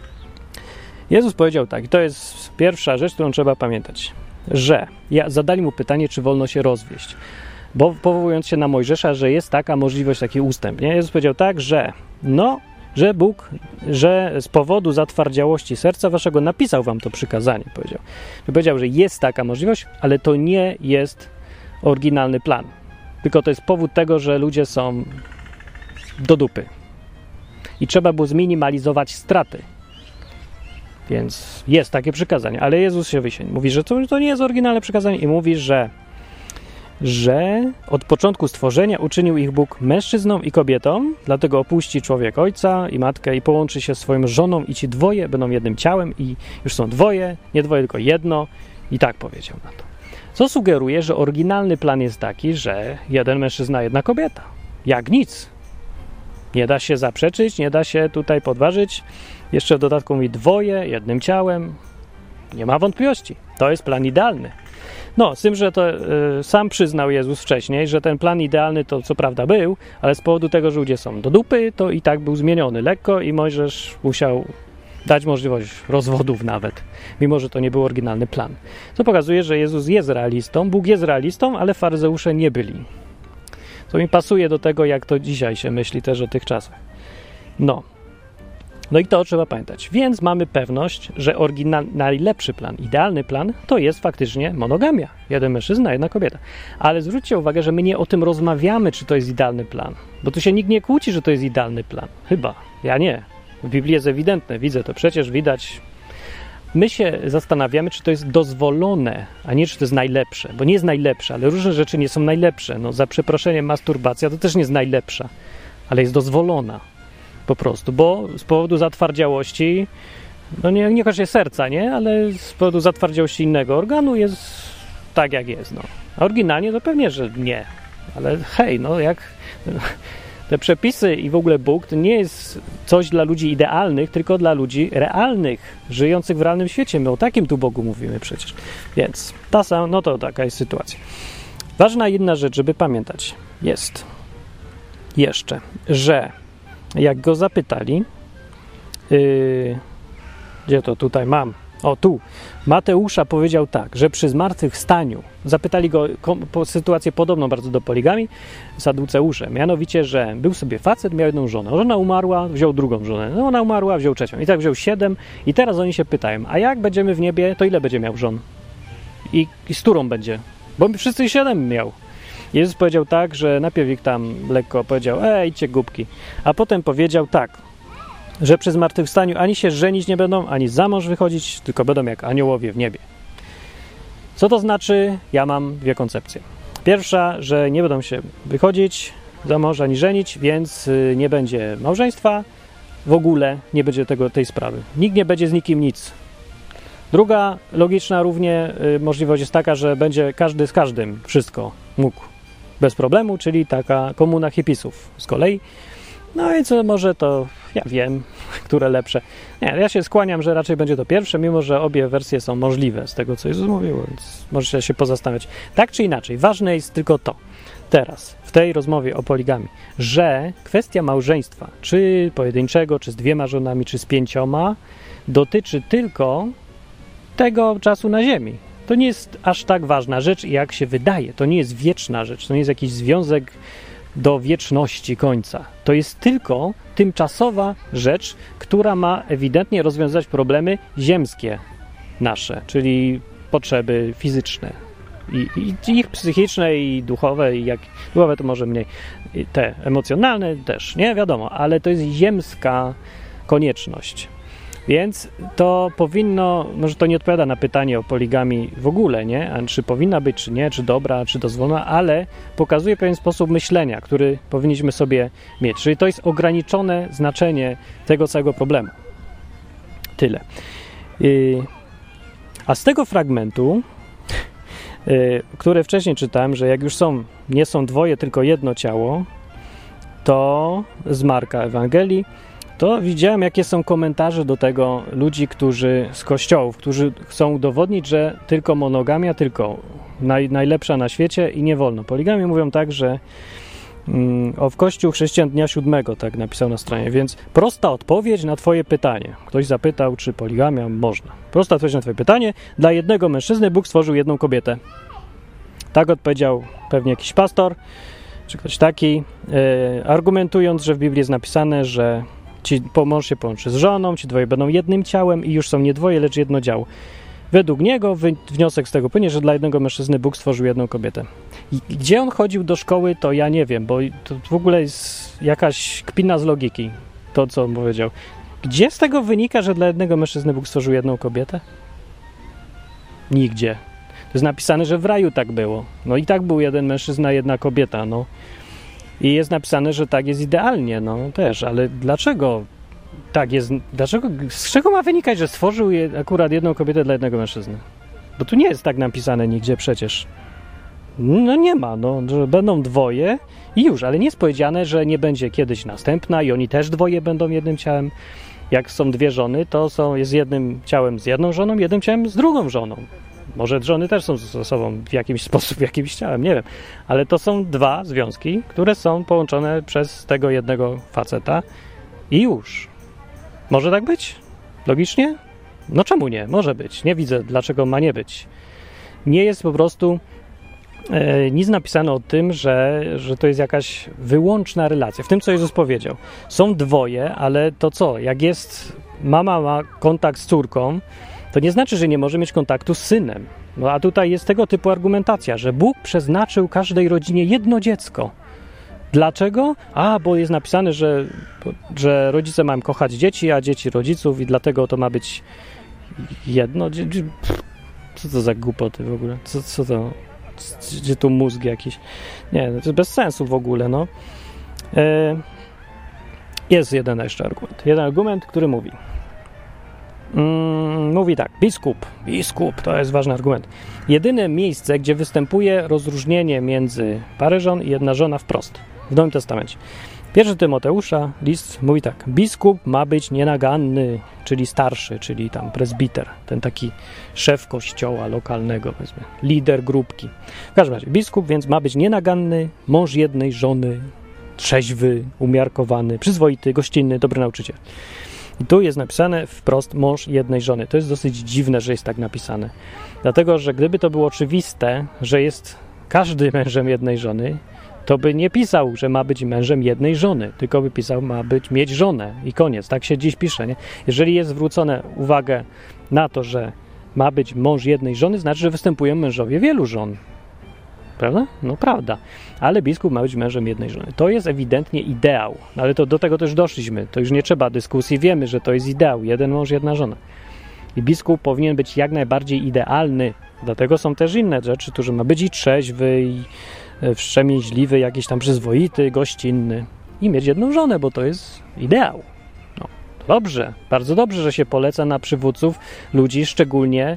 Jezus powiedział tak, i to jest pierwsza rzecz, którą trzeba pamiętać, że zadali mu pytanie, czy wolno się rozwieść, bo powołując się na Mojżesza, że jest taka możliwość, taki ustęp, nie? Jezus powiedział tak, że Bóg, że z powodu zatwardziałości serca waszego napisał wam to przykazanie, powiedział, że jest taka możliwość, ale to nie jest oryginalny plan, tylko to jest powód tego, że ludzie są do dupy i trzeba było zminimalizować straty. Więc jest takie przykazanie, ale Jezus się wysięgł. Mówi, że to nie jest oryginalne przykazanie i mówi, że od początku stworzenia uczynił ich Bóg mężczyzną i kobietą, dlatego opuści człowiek ojca i matkę i połączy się z swoją żoną i ci dwoje będą jednym ciałem i już są dwoje, nie dwoje, tylko jedno i tak powiedział na to. Co sugeruje, że oryginalny plan jest taki, że jeden mężczyzna, jedna kobieta. Jak nic. Nie da się zaprzeczyć, nie da się tutaj podważyć. Jeszcze w dodatku mówi dwoje, jednym ciałem. Nie ma wątpliwości. To jest plan idealny. No, z tym, że to sam przyznał Jezus wcześniej, że ten plan idealny to co prawda był, ale z powodu tego, że ludzie są do dupy, to i tak był zmieniony lekko i Mojżesz musiał dać możliwość rozwodów nawet, mimo że to nie był oryginalny plan. Co pokazuje, że Jezus jest realistą, Bóg jest realistą, ale faryzeusze nie byli. To mi pasuje do tego, jak to dzisiaj się myśli też o tych czasach. No. No i to trzeba pamiętać. Więc mamy pewność, że najlepszy plan, idealny plan to jest faktycznie monogamia. Jeden mężczyzna, jedna kobieta. Ale zwróćcie uwagę, że my nie o tym rozmawiamy, czy to jest idealny plan. Bo tu się nikt nie kłóci, że to jest idealny plan. Chyba. Ja nie. W Biblii jest ewidentne. Widzę to przecież, widać. My się zastanawiamy, czy to jest dozwolone, a nie, czy to jest najlepsze. Bo nie jest najlepsze, ale różne rzeczy nie są najlepsze. No, za przeproszeniem, masturbacja to też nie jest najlepsza, ale jest dozwolona. Po prostu, bo z powodu zatwardziałości, no niekoniecznie serca, nie? Ale z powodu zatwardziałości innego organu jest tak, jak jest, no. A oryginalnie to pewnie, że nie. Ale hej, no jak te przepisy i w ogóle Bóg to nie jest coś dla ludzi idealnych, tylko dla ludzi realnych, żyjących w realnym świecie. My o takim tu Bogu mówimy przecież. Więc no to taka jest sytuacja. Ważna jedna rzecz, żeby pamiętać, jest jeszcze, że jak go zapytali, gdzie to tutaj mam? O, tu. Mateusza powiedział tak, że przy zmartwychwstaniu, zapytali go sytuację podobną bardzo do poligami, Saduceusze, mianowicie, że był sobie facet, miał jedną żonę. Żona umarła, wziął drugą żonę. No, ona umarła, wziął trzecią. I tak wziął 7 i teraz oni się pytają, a jak będziemy w niebie, to ile będzie miał żon? I z którą będzie? Bo wszyscy 7 miał. Jezus powiedział tak, że najpierw ich tam lekko powiedział, idźcie głupki, a potem powiedział tak, że przy zmartwychwstaniu ani się żenić nie będą, ani za mąż wychodzić, tylko będą jak aniołowie w niebie. Co to znaczy? Ja mam 2 koncepcje. Pierwsza, że nie będą się wychodzić za mąż ani żenić, więc nie będzie małżeństwa, w ogóle nie będzie tej sprawy. Nikt nie będzie z nikim nic. Druga logiczna równie możliwość jest taka, że będzie każdy z każdym wszystko mógł bez problemu, czyli taka komuna hipisów z kolei. No i co może to, ja wiem, które lepsze. Nie, ja się skłaniam, że raczej będzie to pierwsze, mimo że obie wersje są możliwe z tego, co Jezus mówił, więc możecie się pozastanawiać. Tak czy inaczej, ważne jest tylko to, teraz, w tej rozmowie o poligamii, że kwestia małżeństwa, czy pojedynczego, czy z 2 żonami, czy z 5, dotyczy tylko tego czasu na ziemi. To nie jest aż tak ważna rzecz, jak się wydaje. To nie jest wieczna rzecz, to nie jest jakiś związek do wieczności końca. To jest tylko tymczasowa rzecz, która ma ewidentnie rozwiązać problemy ziemskie nasze, czyli potrzeby fizyczne. I ich psychiczne i duchowe, i duchowe to może mniej, i te emocjonalne też, nie wiadomo, ale to jest ziemska konieczność. Więc to powinno, może to nie odpowiada na pytanie o poligamii w ogóle, nie? A czy powinna być, czy nie, czy dobra, czy dozwolona, ale pokazuje pewien sposób myślenia, który powinniśmy sobie mieć. Czyli to jest ograniczone znaczenie tego całego problemu. Tyle. A z tego fragmentu, który wcześniej czytałem, że jak już nie są 2, tylko jedno ciało, to z Marka Ewangelii, to widziałem, jakie są komentarze do tego ludzi, z kościołów, którzy chcą udowodnić, że tylko monogamia, tylko najlepsza na świecie i nie wolno. Poligamii mówią tak, że w Kościół Chrześcijan Dnia 7, tak napisał na stronie, więc prosta odpowiedź na twoje pytanie. Ktoś zapytał, czy poligamia można. Prosta odpowiedź na twoje pytanie. Dla jednego mężczyzny Bóg stworzył jedną kobietę. Tak odpowiedział pewnie jakiś pastor, czy ktoś taki, argumentując, że w Biblii jest napisane, że mąż się połączy z żoną, ci 2 będą jednym ciałem i już są nie 2, lecz jedno ciało. Według niego wniosek z tego płynie, że dla jednego mężczyzny Bóg stworzył jedną kobietę. I gdzie on chodził do szkoły, to ja nie wiem, bo to w ogóle jest jakaś kpina z logiki, to co on powiedział. Gdzie z tego wynika, że dla jednego mężczyzny Bóg stworzył jedną kobietę? Nigdzie. To jest napisane, że w raju tak było. No i tak był jeden mężczyzna, jedna kobieta, no. I jest napisane, że tak jest idealnie, no też, ale dlaczego tak jest, z czego ma wynikać, że stworzył akurat jedną kobietę dla jednego mężczyzny? Bo tu nie jest tak napisane nigdzie przecież. No nie ma, no, że będą 2 i już, ale nie jest powiedziane, że nie będzie kiedyś następna i oni też 2 będą jednym ciałem. Jak są 2 żony, to jest jednym ciałem z jedną żoną, jednym ciałem z drugą żoną. Może żony też są ze sobą w jakiś sposób, jakimś ciałem, nie wiem. Ale to są 2 związki, które są połączone przez tego jednego faceta i już. Może tak być? Logicznie? No czemu nie? Może być. Nie widzę, dlaczego ma nie być. Nie jest po prostu nic napisano o tym, że to jest jakaś wyłączna relacja. W tym, co Jezus powiedział. Są dwoje, ale to co? Jak jest mama ma kontakt z córką, to nie znaczy, że nie może mieć kontaktu z synem. No a tutaj jest tego typu argumentacja, że Bóg przeznaczył każdej rodzinie jedno dziecko. Dlaczego? Bo jest napisane, że rodzice mają kochać dzieci, a dzieci rodziców i dlatego to ma być jedno. Co to za głupoty w ogóle? Co to? Gdzie tu mózg jakiś? Nie, to jest bez sensu w ogóle, no. Jest jeden jeszcze argument. Jeden argument, który mówi. Mówi tak, biskup, to jest ważny argument. Jedyne miejsce, gdzie występuje rozróżnienie między parę żon i jedna żona wprost w Nowym Testamencie. 1 Tymoteusza list mówi tak, biskup ma być nienaganny, czyli starszy, czyli tam prezbiter, ten taki szef kościoła lokalnego, powiedzmy, lider grupki. W każdym razie, biskup więc ma być nienaganny, mąż jednej żony, trzeźwy, umiarkowany, przyzwoity, gościnny, dobry nauczyciel. I tu jest napisane wprost mąż jednej żony. To jest dosyć dziwne, że jest tak napisane. Dlatego, że gdyby to było oczywiste, że jest każdy mężem jednej żony, to by nie pisał, że ma być mężem jednej żony, tylko by pisał, mieć żonę i koniec. Tak się dziś pisze, nie? Jeżeli jest zwrócone uwagę na to, że ma być mąż jednej żony, znaczy, że występują mężowie wielu żon. Prawda? No prawda. Ale biskup ma być mężem jednej żony. To jest ewidentnie ideał. Ale do tego też doszliśmy. To już nie trzeba dyskusji. Wiemy, że to jest ideał. Jeden mąż, jedna żona. I biskup powinien być jak najbardziej idealny. Dlatego są też inne rzeczy, że ma być i trzeźwy, i wstrzemięźliwy, jakiś tam przyzwoity, gościnny. I mieć jedną żonę, bo to jest ideał. No, dobrze. Bardzo dobrze, że się poleca na przywódców ludzi, szczególnie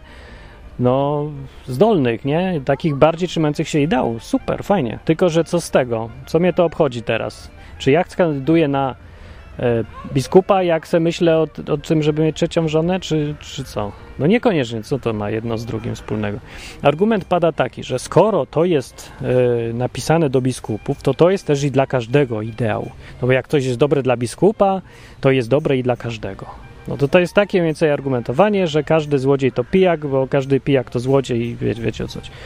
zdolnych, nie? Takich bardziej trzymających się ideału. Super, fajnie. Tylko, że co z tego? Co mnie to obchodzi teraz? Czy ja kandyduję na biskupa, jak se myślę o tym, żeby mieć trzecią żonę, czy co? No niekoniecznie. Co to ma jedno z drugim wspólnego? Argument pada taki, że skoro to jest napisane do biskupów, to jest też i dla każdego ideał. No bo jak coś jest dobre dla biskupa, to jest dobre i dla każdego. No to jest takie mniej więcej argumentowanie, że każdy złodziej to pijak, bo każdy pijak to złodziej i wiecie o co chodzi.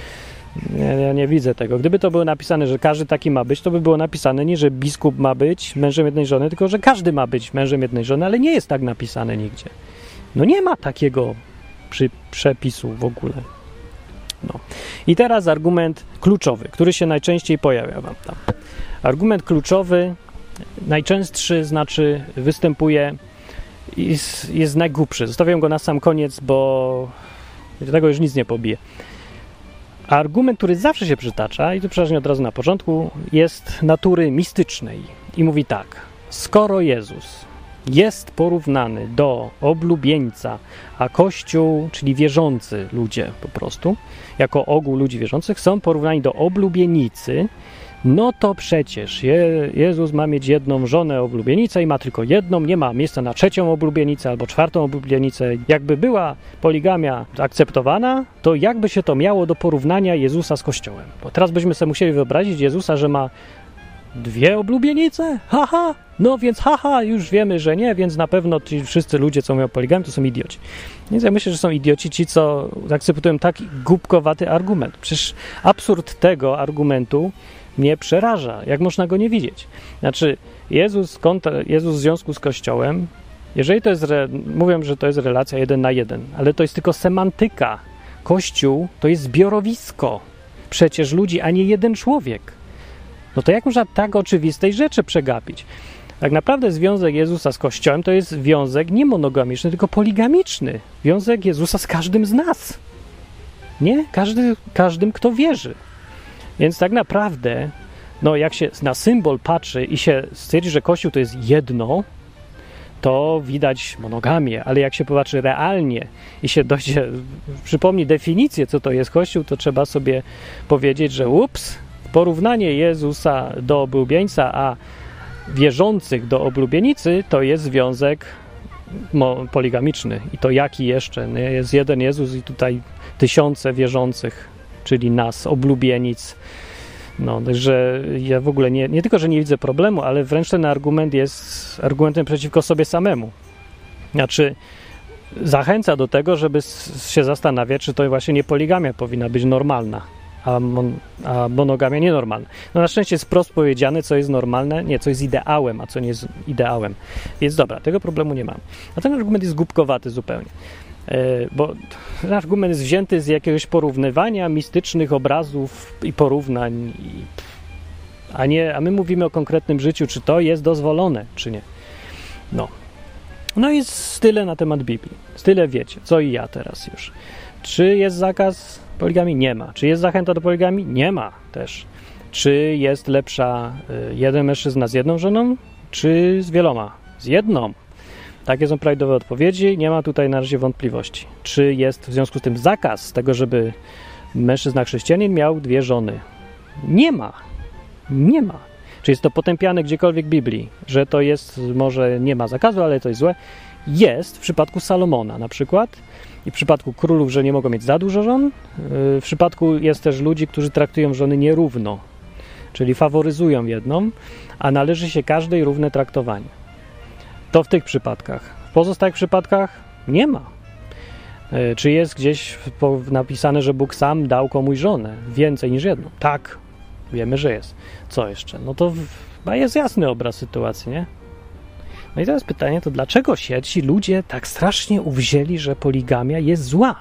Ja nie widzę tego. Gdyby to było napisane, że każdy taki ma być, to by było napisane nie, że biskup ma być mężem jednej żony, tylko że każdy ma być mężem jednej żony, ale nie jest tak napisane nigdzie. No nie ma takiego przepisu w ogóle. No. I teraz argument kluczowy, który się najczęściej pojawia wam tam. Argument kluczowy, najczęstszy, znaczy występuje jest najgłupszy. Zostawiam go na sam koniec, bo tego już nic nie pobije. Argument, który zawsze się przytacza, i tu przeważnie od razu na początku, jest natury mistycznej. I mówi tak, skoro Jezus jest porównany do oblubieńca, a Kościół, czyli wierzący ludzie po prostu, jako ogół ludzi wierzących, są porównani do oblubienicy, no to przecież Jezus ma mieć jedną żonę oblubienicę i ma tylko jedną, nie ma miejsca na trzecią oblubienicę albo czwartą oblubienicę. Jakby była poligamia akceptowana, to jakby się to miało do porównania Jezusa z Kościołem? Bo teraz byśmy sobie musieli wyobrazić Jezusa, że ma dwie oblubienice? Haha! No więc już wiemy, że nie, więc na pewno ci wszyscy ludzie, co mają poligamię, to są idioci. Więc ja myślę, że są idioci ci, co akceptują taki głupkowaty argument. Przecież absurd tego argumentu mnie przeraża. Jak można go nie widzieć? Znaczy, Jezus w związku z Kościołem, jeżeli to jest, mówią, że to jest relacja 1 na 1, ale to jest tylko semantyka. Kościół to jest zbiorowisko przecież ludzi, a nie jeden człowiek. No to jak można tak oczywistej rzeczy przegapić? Tak naprawdę związek Jezusa z Kościołem to jest związek nie monogamiczny, tylko poligamiczny. Związek Jezusa z każdym z nas. Nie? Każdym, kto wierzy. Więc tak naprawdę, jak się na symbol patrzy i się stwierdzi, że Kościół to jest jedno, to widać monogamię, ale jak się popatrzy realnie i się przypomni definicję, co to jest Kościół, to trzeba sobie powiedzieć, że porównanie Jezusa do oblubieńca, a wierzących do oblubienicy, to jest związek poligamiczny. I to jaki jeszcze? Jest jeden Jezus i tutaj tysiące wierzących, czyli nas, oblubienic. Że ja w ogóle nie tylko, że nie widzę problemu, ale wręcz ten argument jest argumentem przeciwko sobie samemu. Znaczy, zachęca do tego, żeby się zastanawiać, czy to właśnie nie poligamia powinna być normalna. a monogamia nienormalna. No na szczęście jest wprost powiedziane, co jest normalne, nie, co jest ideałem, a co nie jest ideałem. Więc dobra, tego problemu nie mam. A ten argument jest głupkowaty zupełnie. Bo ten argument jest wzięty z jakiegoś porównywania mistycznych obrazów i porównań, a my mówimy o konkretnym życiu, czy to jest dozwolone, czy nie. No i tyle na temat Biblii. Tyle wiecie, co i ja teraz już. Czy jest zakaz poligamii? Nie ma. Czy jest zachęta do poligamii? Nie ma też. Czy jest lepsza jeden mężczyzna z jedną żoną, czy z wieloma? Z jedną. Takie są prawidłowe odpowiedzi. Nie ma tutaj na razie wątpliwości. Czy jest w związku z tym zakaz tego, żeby mężczyzna chrześcijanin miał 2 żony? Nie ma. Nie ma. Czy jest to potępiane gdziekolwiek w Biblii, że to jest, może nie ma zakazu, ale to jest złe? Jest w przypadku Salomona na przykład i w przypadku królów, że nie mogą mieć za dużo żon. W przypadku jest też ludzi, którzy traktują żony nierówno, czyli faworyzują jedną, a należy się każdej równe traktowanie. To w tych przypadkach. W pozostałych przypadkach nie ma. Czy jest gdzieś napisane, że Bóg sam dał komuś żonę więcej niż jedną? Tak, wiemy, że jest. Co jeszcze? No to chyba jest jasny obraz sytuacji, nie? No i teraz pytanie, to dlaczego się ci ludzie tak strasznie uwzięli, że poligamia jest zła?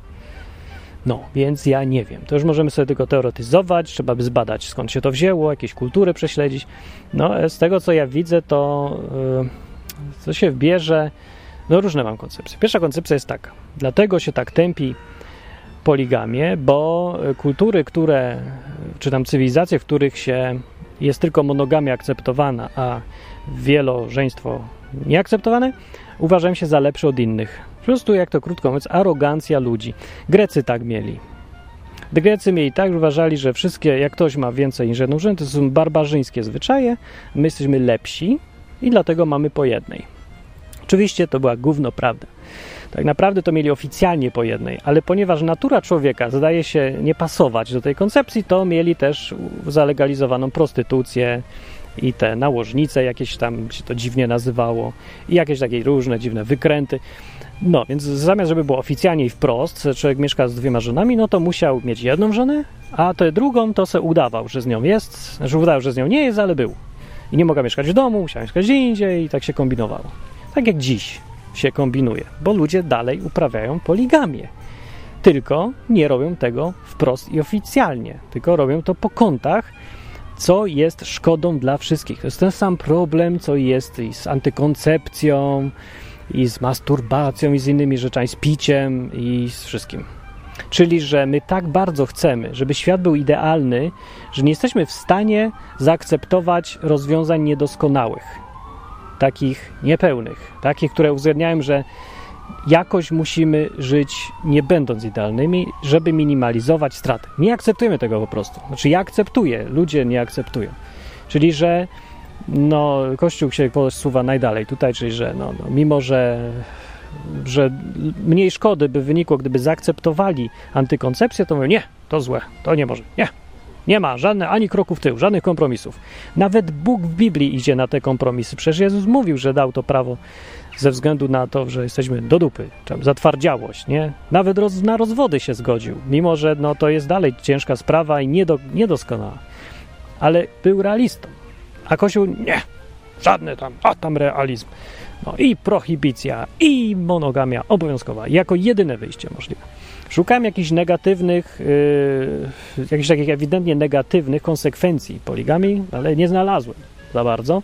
No, więc ja nie wiem. To już możemy sobie tylko teoretyzować, trzeba by zbadać, skąd się to wzięło, jakieś kultury prześledzić. No, z tego, co ja widzę, to się bierze. No, różne mam koncepcje. Pierwsza koncepcja jest taka. Dlatego się tak tępi poligamię, bo kultury, czy tam cywilizacje, w których jest tylko monogamia akceptowana, a wielożeństwo nieakceptowane, uważają się za lepsze od innych. Po prostu, jak to krótko mówiąc, arogancja ludzi. Grecy tak mieli. Grecy mieli tak, że uważali, że jak ktoś ma więcej niż jedną żonę, to są barbarzyńskie zwyczaje, my jesteśmy lepsi i dlatego mamy po jednej. Oczywiście to była gówno prawda. Tak naprawdę to mieli oficjalnie po jednej, ale ponieważ natura człowieka zdaje się nie pasować do tej koncepcji, to mieli też zalegalizowaną prostytucję i te nałożnice, jakieś tam się to dziwnie nazywało i jakieś takie różne dziwne wykręty. No, więc zamiast, żeby było oficjalnie i wprost, człowiek mieszka z 2 żonami, no to musiał mieć jedną żonę, a tę drugą to se udawał, że z nią jest, znaczy udawał, że z nią nie jest, ale był. I nie mogła mieszkać w domu, musiała mieszkać gdzie indziej i tak się kombinowało. Tak jak dziś się kombinuje, bo ludzie dalej uprawiają poligamię. Tylko nie robią tego wprost i oficjalnie, tylko robią to po kątach, co jest szkodą dla wszystkich. To jest ten sam problem, co jest i z antykoncepcją, i z masturbacją, i z innymi rzeczami, z piciem i z wszystkim. Czyli, że my tak bardzo chcemy, żeby świat był idealny, że nie jesteśmy w stanie zaakceptować rozwiązań niedoskonałych, takich niepełnych, takich, które uwzględniają, że jakoś musimy żyć nie będąc idealnymi, żeby minimalizować straty. Nie akceptujemy tego po prostu. Znaczy ja akceptuję, ludzie nie akceptują. Czyli, że Kościół się posuwa najdalej tutaj, czyli, że mimo, że mniej szkody by wynikło, gdyby zaakceptowali antykoncepcję, to mówią, nie, to złe, to nie może, nie ma ani kroku w tył, żadnych kompromisów. Nawet Bóg w Biblii idzie na te kompromisy. Przecież Jezus mówił, że dał to prawo ze względu na to, że jesteśmy do dupy, zatwardziałość, nie? Nawet na rozwody się zgodził, mimo że to jest dalej ciężka sprawa i niedoskonała. Ale był realistą. A Kościół nie, żadny tam realizm. I prohibicja, i monogamia obowiązkowa, jako jedyne wyjście możliwe. Szukałem jakichś negatywnych, jakichś takich ewidentnie negatywnych konsekwencji poligamii, ale nie znalazłem za bardzo.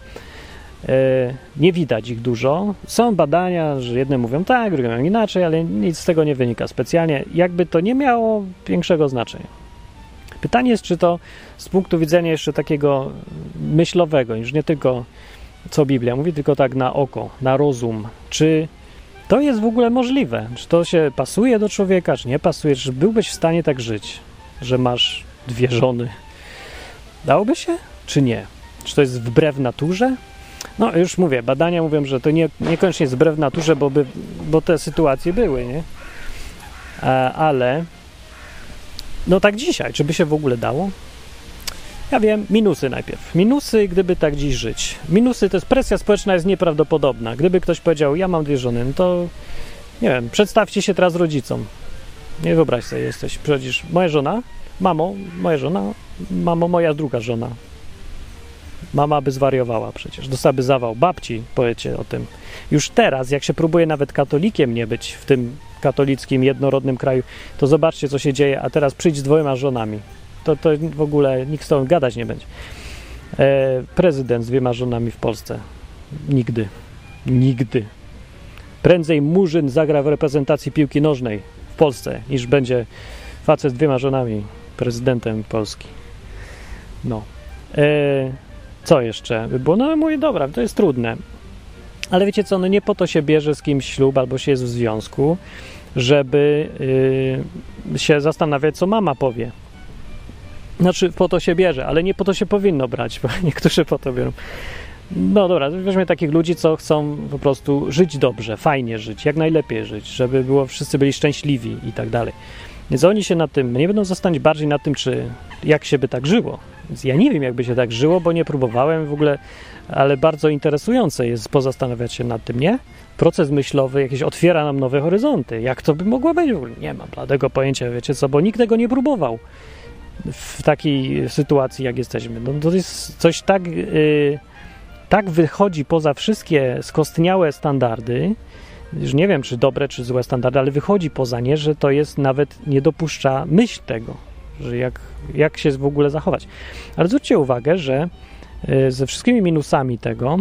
Nie widać ich dużo. Są badania, że jedne mówią tak, drugie mówią inaczej, ale nic z tego nie wynika specjalnie. Jakby to nie miało większego znaczenia. Pytanie jest, czy to z punktu widzenia jeszcze takiego myślowego, już nie tylko co Biblia mówi, tylko tak na oko, na rozum, czy to jest w ogóle możliwe? Czy to się pasuje do człowieka, czy nie pasuje? Czy byłbyś w stanie tak żyć, że masz 2 żony? Dałoby się, czy nie? Czy to jest wbrew naturze? Już mówię, badania mówią, że to niekoniecznie jest wbrew naturze, bo te sytuacje były, nie? Ale tak dzisiaj, czy by się w ogóle dało? Ja wiem, minusy najpierw. Minusy, gdyby tak dziś żyć. Minusy, to jest presja społeczna jest nieprawdopodobna. Gdyby ktoś powiedział, ja mam 2 żony, to nie wiem, przedstawcie się teraz rodzicom. Nie wyobraź sobie, przecież moja żona Mamo, moja żona, mamo, moja druga żona. Mama by zwariowała przecież, dostałaby zawał. Babci, powiecie o tym. Już teraz, jak się próbuje nawet katolikiem nie być w tym katolickim, jednorodnym kraju, to zobaczcie, co się dzieje, a teraz przyjdź z 2 żonami. To w ogóle nikt z tobą gadać nie będzie. Prezydent z 2 żonami w Polsce. Nigdy. Nigdy. Prędzej Murzyn zagra w reprezentacji piłki nożnej w Polsce, niż będzie facet z 2 żonami prezydentem Polski. No. Co jeszcze by było? No mówię, dobra, to jest trudne. Ale wiecie co, no nie po to się bierze z kimś ślub albo się jest w związku, żeby się zastanawiać, co mama powie. Znaczy, po to się bierze, ale nie po to się powinno brać, bo niektórzy po to biorą. No dobra, weźmy takich ludzi, co chcą po prostu żyć dobrze, fajnie żyć, jak najlepiej żyć, żeby wszyscy byli szczęśliwi i tak dalej. Więc oni się nad tym, nie będą zastanawiać bardziej nad tym, jak się by tak żyło. Więc ja nie wiem, jakby się tak żyło, bo nie próbowałem w ogóle, ale bardzo interesujące jest pozastanawiać się nad tym, nie? Proces myślowy jakiś otwiera nam nowe horyzonty. Jak to by mogło być? W ogóle nie mam bladego pojęcia, wiecie co, bo nikt tego nie próbował w takiej sytuacji, jak jesteśmy. No, to jest coś tak wychodzi poza wszystkie skostniałe standardy, już nie wiem, czy dobre, czy złe standardy, ale wychodzi poza nie, że to jest nawet nie dopuszcza myśl tego, że jak się w ogóle zachować. Ale zwróćcie uwagę, że ze wszystkimi minusami tego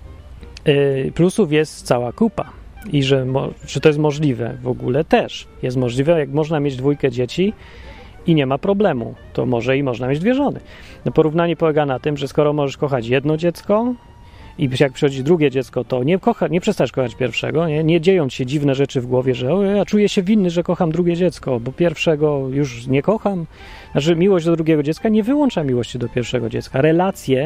plusów jest cała kupa i że czy to jest możliwe w ogóle też jest możliwe, jak można mieć 2 dzieci i nie ma problemu, to może i można mieć 2 żony. No, porównanie polega na tym, że skoro możesz kochać jedno dziecko i jak przychodzi drugie dziecko, to nie przestajesz kochać pierwszego, nie dzieją ci się dziwne rzeczy w głowie, że ja czuję się winny, że kocham drugie dziecko, bo pierwszego już nie kocham. Znaczy miłość do drugiego dziecka nie wyłącza miłości do pierwszego dziecka. Relacje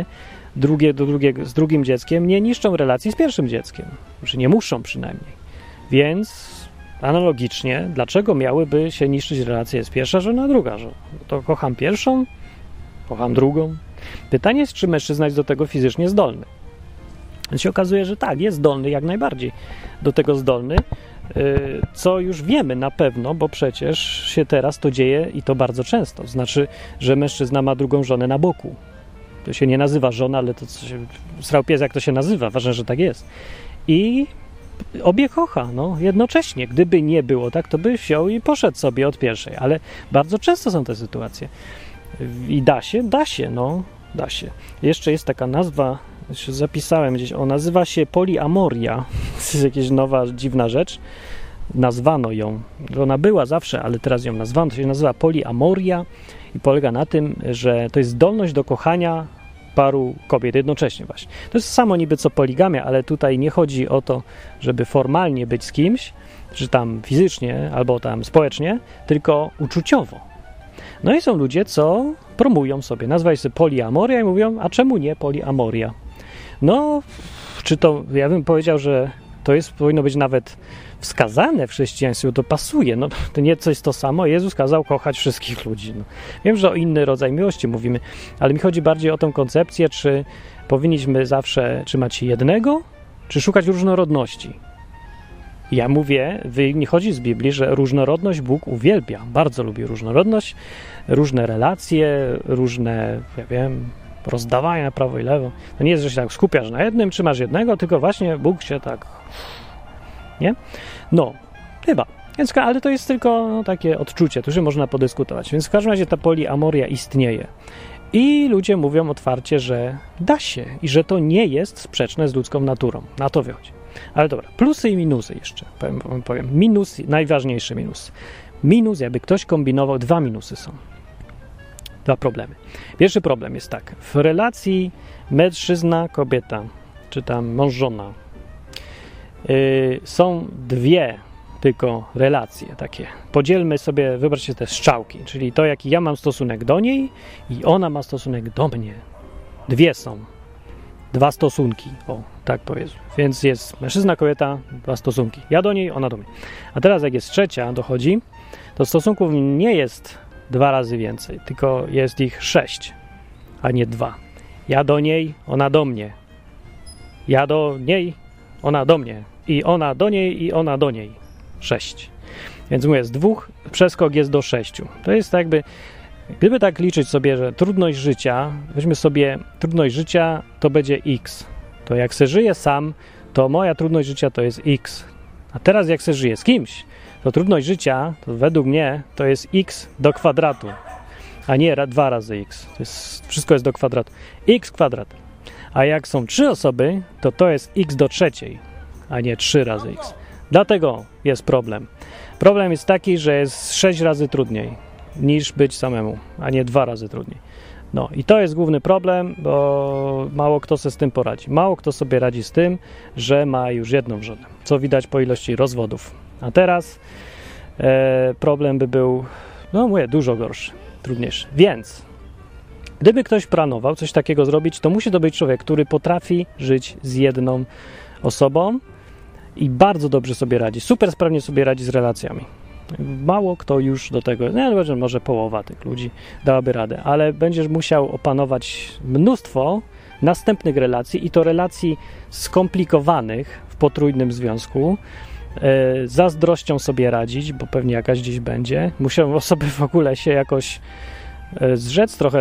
z drugim dzieckiem nie niszczą relacji z pierwszym dzieckiem. Znaczy nie muszą przynajmniej. Więc analogicznie, dlaczego miałyby się niszczyć relacje z pierwsza żona, druga żona? To kocham pierwszą, kocham drugą. Pytanie jest, czy mężczyzna jest do tego fizycznie zdolny. Więc się okazuje, że tak, jest zdolny, jak najbardziej do tego zdolny, co już wiemy na pewno, bo przecież się teraz to dzieje i to bardzo często. Znaczy, że mężczyzna ma drugą żonę na boku. To się nie nazywa żona, ale to co się srał pies, jak to się nazywa. Ważne, że tak jest. I obie kocha, no, jednocześnie. Gdyby nie było tak, to by wziął i poszedł sobie od pierwszej, ale bardzo często są te sytuacje. I da się. Jeszcze jest taka nazwa, zapisałem gdzieś, nazywa się poliamoria. To jest jakaś nowa, dziwna rzecz. Nazwano ją. Ona była zawsze, ale teraz ją nazwano. To się nazywa poliamoria i polega na tym, że to jest zdolność do kochania paru kobiet jednocześnie właśnie. To jest samo niby co poligamia, ale tutaj nie chodzi o to, żeby formalnie być z kimś, czy tam fizycznie, albo tam społecznie, tylko uczuciowo. No i są ludzie, co promują sobie, nazywają sobie poliamoria i mówią, a czemu nie poliamoria? No, ja bym powiedział, że to powinno być nawet wskazane w chrześcijaństwie, to pasuje, no to nie coś to samo, Jezus kazał kochać wszystkich ludzi. No. Wiem, że o inny rodzaj miłości mówimy, ale mi chodzi bardziej o tę koncepcję, czy powinniśmy zawsze trzymać się jednego, czy szukać różnorodności. Ja mówię, nie chodzi z Biblii, że różnorodność Bóg uwielbia, bardzo lubi różnorodność, różne relacje, różne, rozdawania na prawo i lewo. To nie jest, że się tak skupiasz na jednym, trzymasz jednego, tylko właśnie Bóg się tak... Nie? No, chyba. Więc, ale to jest tylko takie odczucie, tu się można podyskutować. Więc w każdym razie ta poliamoria istnieje. I ludzie mówią otwarcie, że da się i że to nie jest sprzeczne z ludzką naturą. Na to wychodzi. Ale dobra, plusy i minusy jeszcze. Powiem. Minus, najważniejszy minus. Minus, jakby ktoś kombinował, 2 minusy są. 2 problemy. Pierwszy problem jest tak. W relacji mężczyzna-kobieta, czy tam mąż-żona, są 2 tylko relacje takie. Podzielmy sobie, wyobraźcie te strzałki, czyli to, jaki ja mam stosunek do niej i ona ma stosunek do mnie. 2 są. 2 stosunki. O, tak powiedzmy. Więc jest mężczyzna, kobieta, 2 stosunki. Ja do niej, ona do mnie. A teraz jak jest trzecia, dochodzi, to stosunków nie jest 2 razy więcej, tylko jest ich 6, a nie 2. Ja do niej, ona do mnie. Ja do niej, ona do mnie. I ona do niej, i ona do niej. 6. Więc mówię, z 2 przeskok jest do 6. To jest jakby Gdyby tak liczyć sobie, że trudność życia, weźmy sobie trudność życia, to będzie x. To jak se żyję sam, to moja trudność życia to jest x. A teraz jak se żyję z kimś, to trudność życia, to według mnie, to jest x do kwadratu, a nie 2 razy x. Wszystko jest do kwadratu. X kwadrat. A jak są 3 osoby, to jest x do trzeciej, a nie 3 razy x. Dlatego jest problem. Problem jest taki, że jest 6 razy trudniej niż być samemu, a nie 2 razy trudniej. No i to jest główny problem, bo mało kto sobie z tym poradzi. Mało kto sobie radzi z tym, że ma już jedną żonę, co widać po ilości rozwodów. A teraz problem by był, no mówię, dużo gorszy, trudniejszy. Więc gdyby ktoś planował coś takiego zrobić, to musi to być człowiek, który potrafi żyć z jedną osobą i bardzo dobrze sobie radzi, super sprawnie sobie radzi z relacjami. Mało kto już do tego, może połowa tych ludzi dałaby radę, ale będziesz musiał opanować mnóstwo następnych relacji i to relacji skomplikowanych w potrójnym związku, zazdrością sobie radzić, bo pewnie jakaś gdzieś będzie. Muszą osoby w ogóle się jakoś zrzec trochę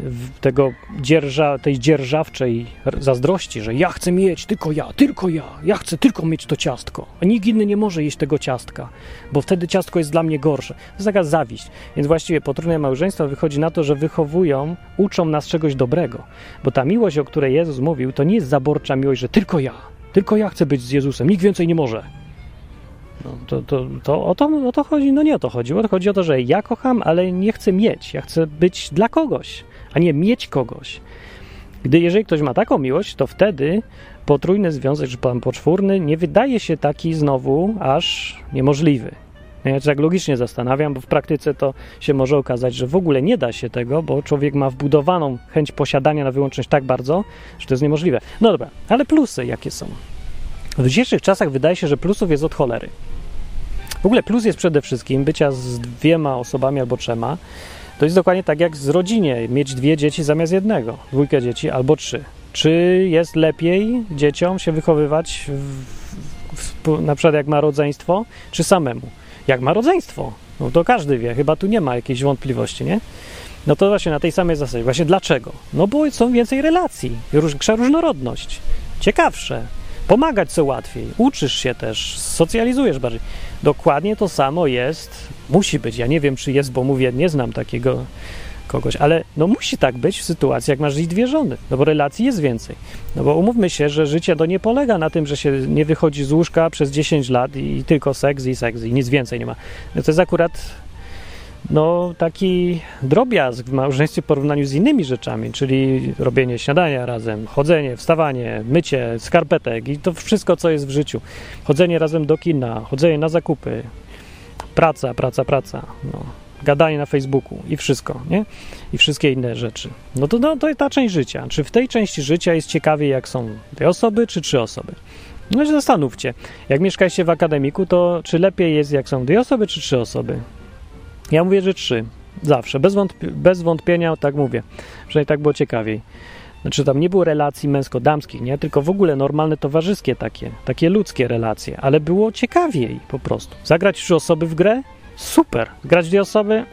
tej dzierżawczej zazdrości, że ja chcę mieć tylko ja chcę tylko mieć to ciastko, a nikt inny nie może jeść tego ciastka, bo wtedy ciastko jest dla mnie gorsze. To jest taka zawiść. Więc właściwie potrójne małżeństwa wychodzi na to, że uczą nas czegoś dobrego, bo ta miłość, o której Jezus mówił, to nie jest zaborcza miłość, że tylko ja chcę być z Jezusem, nikt więcej nie może. No, to o to chodzi? No nie o to chodzi. Chodzi o to, że ja kocham, ale nie chcę mieć. Ja chcę być dla kogoś, a nie mieć kogoś. Jeżeli ktoś ma taką miłość, to wtedy potrójny związek, czy poczwórny, nie wydaje się taki znowu aż niemożliwy. Ja się tak logicznie zastanawiam, bo w praktyce to się może okazać, że w ogóle nie da się tego, bo człowiek ma wbudowaną chęć posiadania na wyłączność tak bardzo, że to jest niemożliwe. No dobra, ale plusy jakie są? W dzisiejszych czasach wydaje się, że plusów jest od cholery. W ogóle plus jest przede wszystkim bycia z 2 osobami albo 3. To jest dokładnie tak jak z rodzinie, mieć 2 dzieci zamiast 1, 2 dzieci albo 3. Czy jest lepiej dzieciom się wychowywać na przykład jak ma rodzeństwo, czy samemu? Jak ma rodzeństwo, no to każdy wie, chyba tu nie ma jakiejś wątpliwości, nie? No to właśnie na tej samej zasadzie. Właśnie dlaczego? No bo są więcej relacji, większa różnorodność, ciekawsze. Pomagać co łatwiej, uczysz się też, socjalizujesz bardziej. Dokładnie to samo jest, musi być, ja nie wiem czy jest, bo mówię, nie znam takiego kogoś, ale no musi tak być w sytuacji, jak masz i 2 żony, no bo relacji jest więcej. No bo umówmy się, że życie to nie polega na tym, że się nie wychodzi z łóżka przez 10 lat i tylko seks i nic więcej nie ma. No to jest akurat taki drobiazg w małżeństwie w porównaniu z innymi rzeczami, czyli robienie śniadania razem, chodzenie, wstawanie, mycie skarpetek i to wszystko, co jest w życiu. Chodzenie razem do kina, chodzenie na zakupy, praca, gadanie na Facebooku i wszystko, nie? I wszystkie inne rzeczy. To jest ta część życia. Czy w tej części życia jest ciekawie, jak są 2 osoby, czy 3 osoby? No się zastanówcie. Jak mieszkaliście w akademiku, to czy lepiej jest, jak są 2 osoby, czy 3 osoby? Ja mówię, że 3. Zawsze. Bez wątpienia tak mówię. Przynajmniej tak było ciekawiej. Znaczy tam nie było relacji męsko-damskich, nie? Tylko w ogóle normalne towarzyskie takie ludzkie relacje. Ale było ciekawiej po prostu. Zagrać 3 osoby w grę? Super. Grać 2 osoby?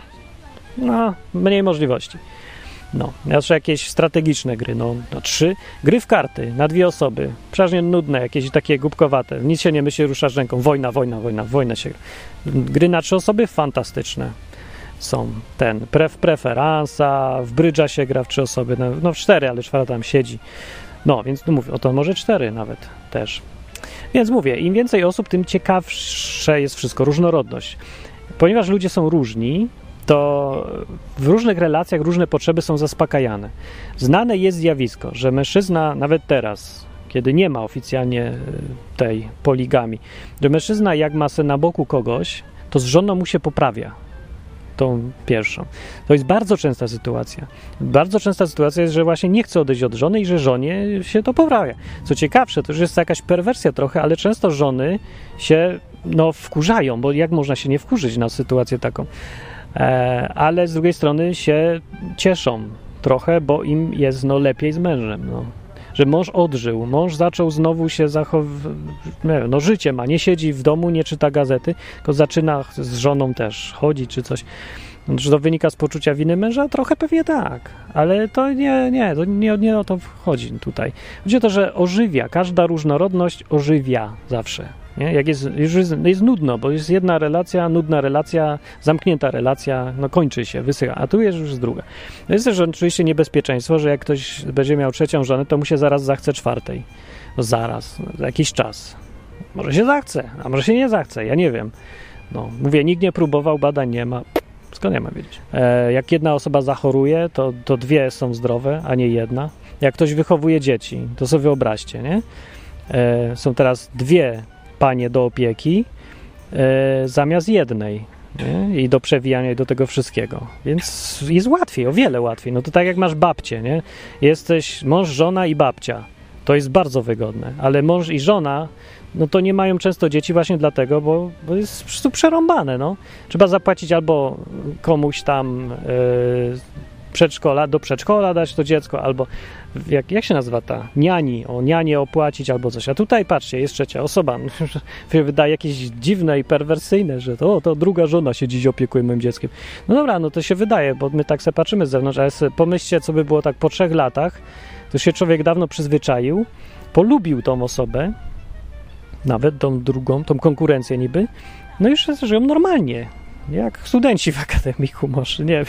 Mniej możliwości. Jeszcze jakieś strategiczne gry, 3. Gry w karty na 2 osoby. Przeważnie nudne, jakieś takie głupkowate. Nic się nie myśli, ruszasz ręką. Wojna się gra. Gry na 3 osoby? Fantastyczne. Są preferansa, w brydża się gra w 3 osoby. W 4, ale 4 tam siedzi. Więc mówię, to może 4 nawet też. Więc mówię, im więcej osób, tym ciekawsze jest wszystko, różnorodność. Ponieważ ludzie są różni, to w różnych relacjach różne potrzeby są zaspokajane. Znane jest zjawisko, że mężczyzna, nawet teraz, kiedy nie ma oficjalnie tej poligami, że mężczyzna jak ma se na boku kogoś, to z żoną mu się poprawia. Tą pierwszą. To jest bardzo częsta sytuacja. Bardzo częsta sytuacja jest, że właśnie nie chce odejść od żony i że żonie się to poprawia. Co ciekawsze, to już jest jakaś perwersja trochę, ale często żony się wkurzają, bo jak można się nie wkurzyć na sytuację taką? Ale z drugiej strony się cieszą trochę, bo im jest lepiej z mężem. Że mąż odżył, mąż zaczął znowu się życie ma, nie siedzi w domu, nie czyta gazety, tylko zaczyna z żoną też chodzić czy coś. Czy to wynika z poczucia winy męża? Trochę pewnie tak, ale to nie o to chodzi tutaj. Chodzi o to, że ożywia, każda różnorodność ożywia zawsze. Nie? Jak jest nudno, bo jest jedna relacja, nudna relacja, zamknięta relacja, no kończy się, wysycha, a tu jest już druga. No jest też oczywiście niebezpieczeństwo, że jak ktoś będzie miał trzecią żonę, to mu się zaraz zachce czwartej. No zaraz, za jakiś czas. Może się zachce, a może się nie zachce, ja nie wiem. No, mówię, nikt nie próbował, badań nie ma. Skąd ja mam wiedzieć? Jak jedna osoba zachoruje, to dwie są zdrowe, a nie jedna. Jak ktoś wychowuje dzieci, to sobie wyobraźcie, nie? Są teraz dwie panie do opieki zamiast jednej, nie? I do przewijania i do tego wszystkiego. Więc jest łatwiej, o wiele łatwiej. No to tak jak masz babcię, nie? Jesteś mąż, żona i babcia. To jest bardzo wygodne, ale mąż i żona, no to nie mają często dzieci właśnie dlatego, bo jest po prostu przerąbane, no. Trzeba zapłacić albo komuś tam do przedszkola dać to dziecko, albo jak się nazywa ta? Nianię opłacić albo coś. A tutaj patrzcie, jest trzecia osoba. Się wydaje jakieś dziwne i perwersyjne, że to druga żona się dziś opiekuje moim dzieckiem. No dobra, no to się wydaje, bo my tak sobie patrzymy z zewnątrz, ale sobie pomyślcie, co by było tak po 3 latach, to się człowiek dawno przyzwyczaił, polubił tą osobę, nawet tą drugą, tą konkurencję niby, no już żyją normalnie, jak studenci w akademiku może, nie wiem.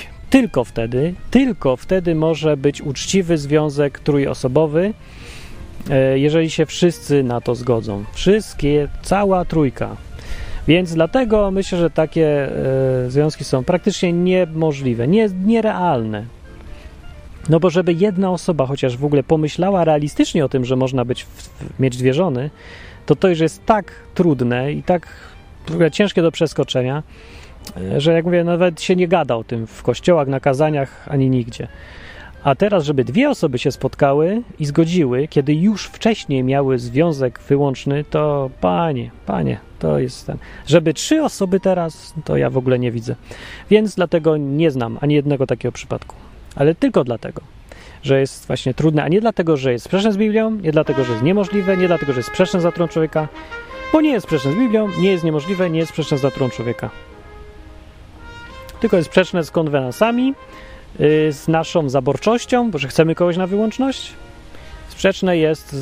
Tylko wtedy może być uczciwy związek trójosobowy, jeżeli się wszyscy na to zgodzą. Cała trójka. Więc dlatego myślę, że takie związki są praktycznie niemożliwe, nierealne. No bo żeby jedna osoba chociaż w ogóle pomyślała realistycznie o tym, że można mieć 2 żony, to już jest tak trudne i tak w ogóle ciężkie do przeskoczenia, że jak mówię, nawet się nie gada o tym w kościołach, na kazaniach, ani nigdzie. A teraz, żeby 2 osoby się spotkały i zgodziły, kiedy już wcześniej miały związek wyłączny, to panie, to jest ten. Żeby 3 osoby teraz, to ja w ogóle nie widzę. Więc dlatego nie znam ani jednego takiego przypadku. Ale tylko dlatego, że jest właśnie trudne, a nie dlatego, że jest sprzeczne z Biblią, nie dlatego, że jest niemożliwe, nie dlatego, że jest sprzeczne z naturą człowieka, bo nie jest sprzeczne z Biblią, nie jest niemożliwe, nie jest sprzeczne z naturą człowieka. Tylko jest sprzeczne z konwenansami, z naszą zaborczością, bo że chcemy kogoś na wyłączność. Sprzeczne jest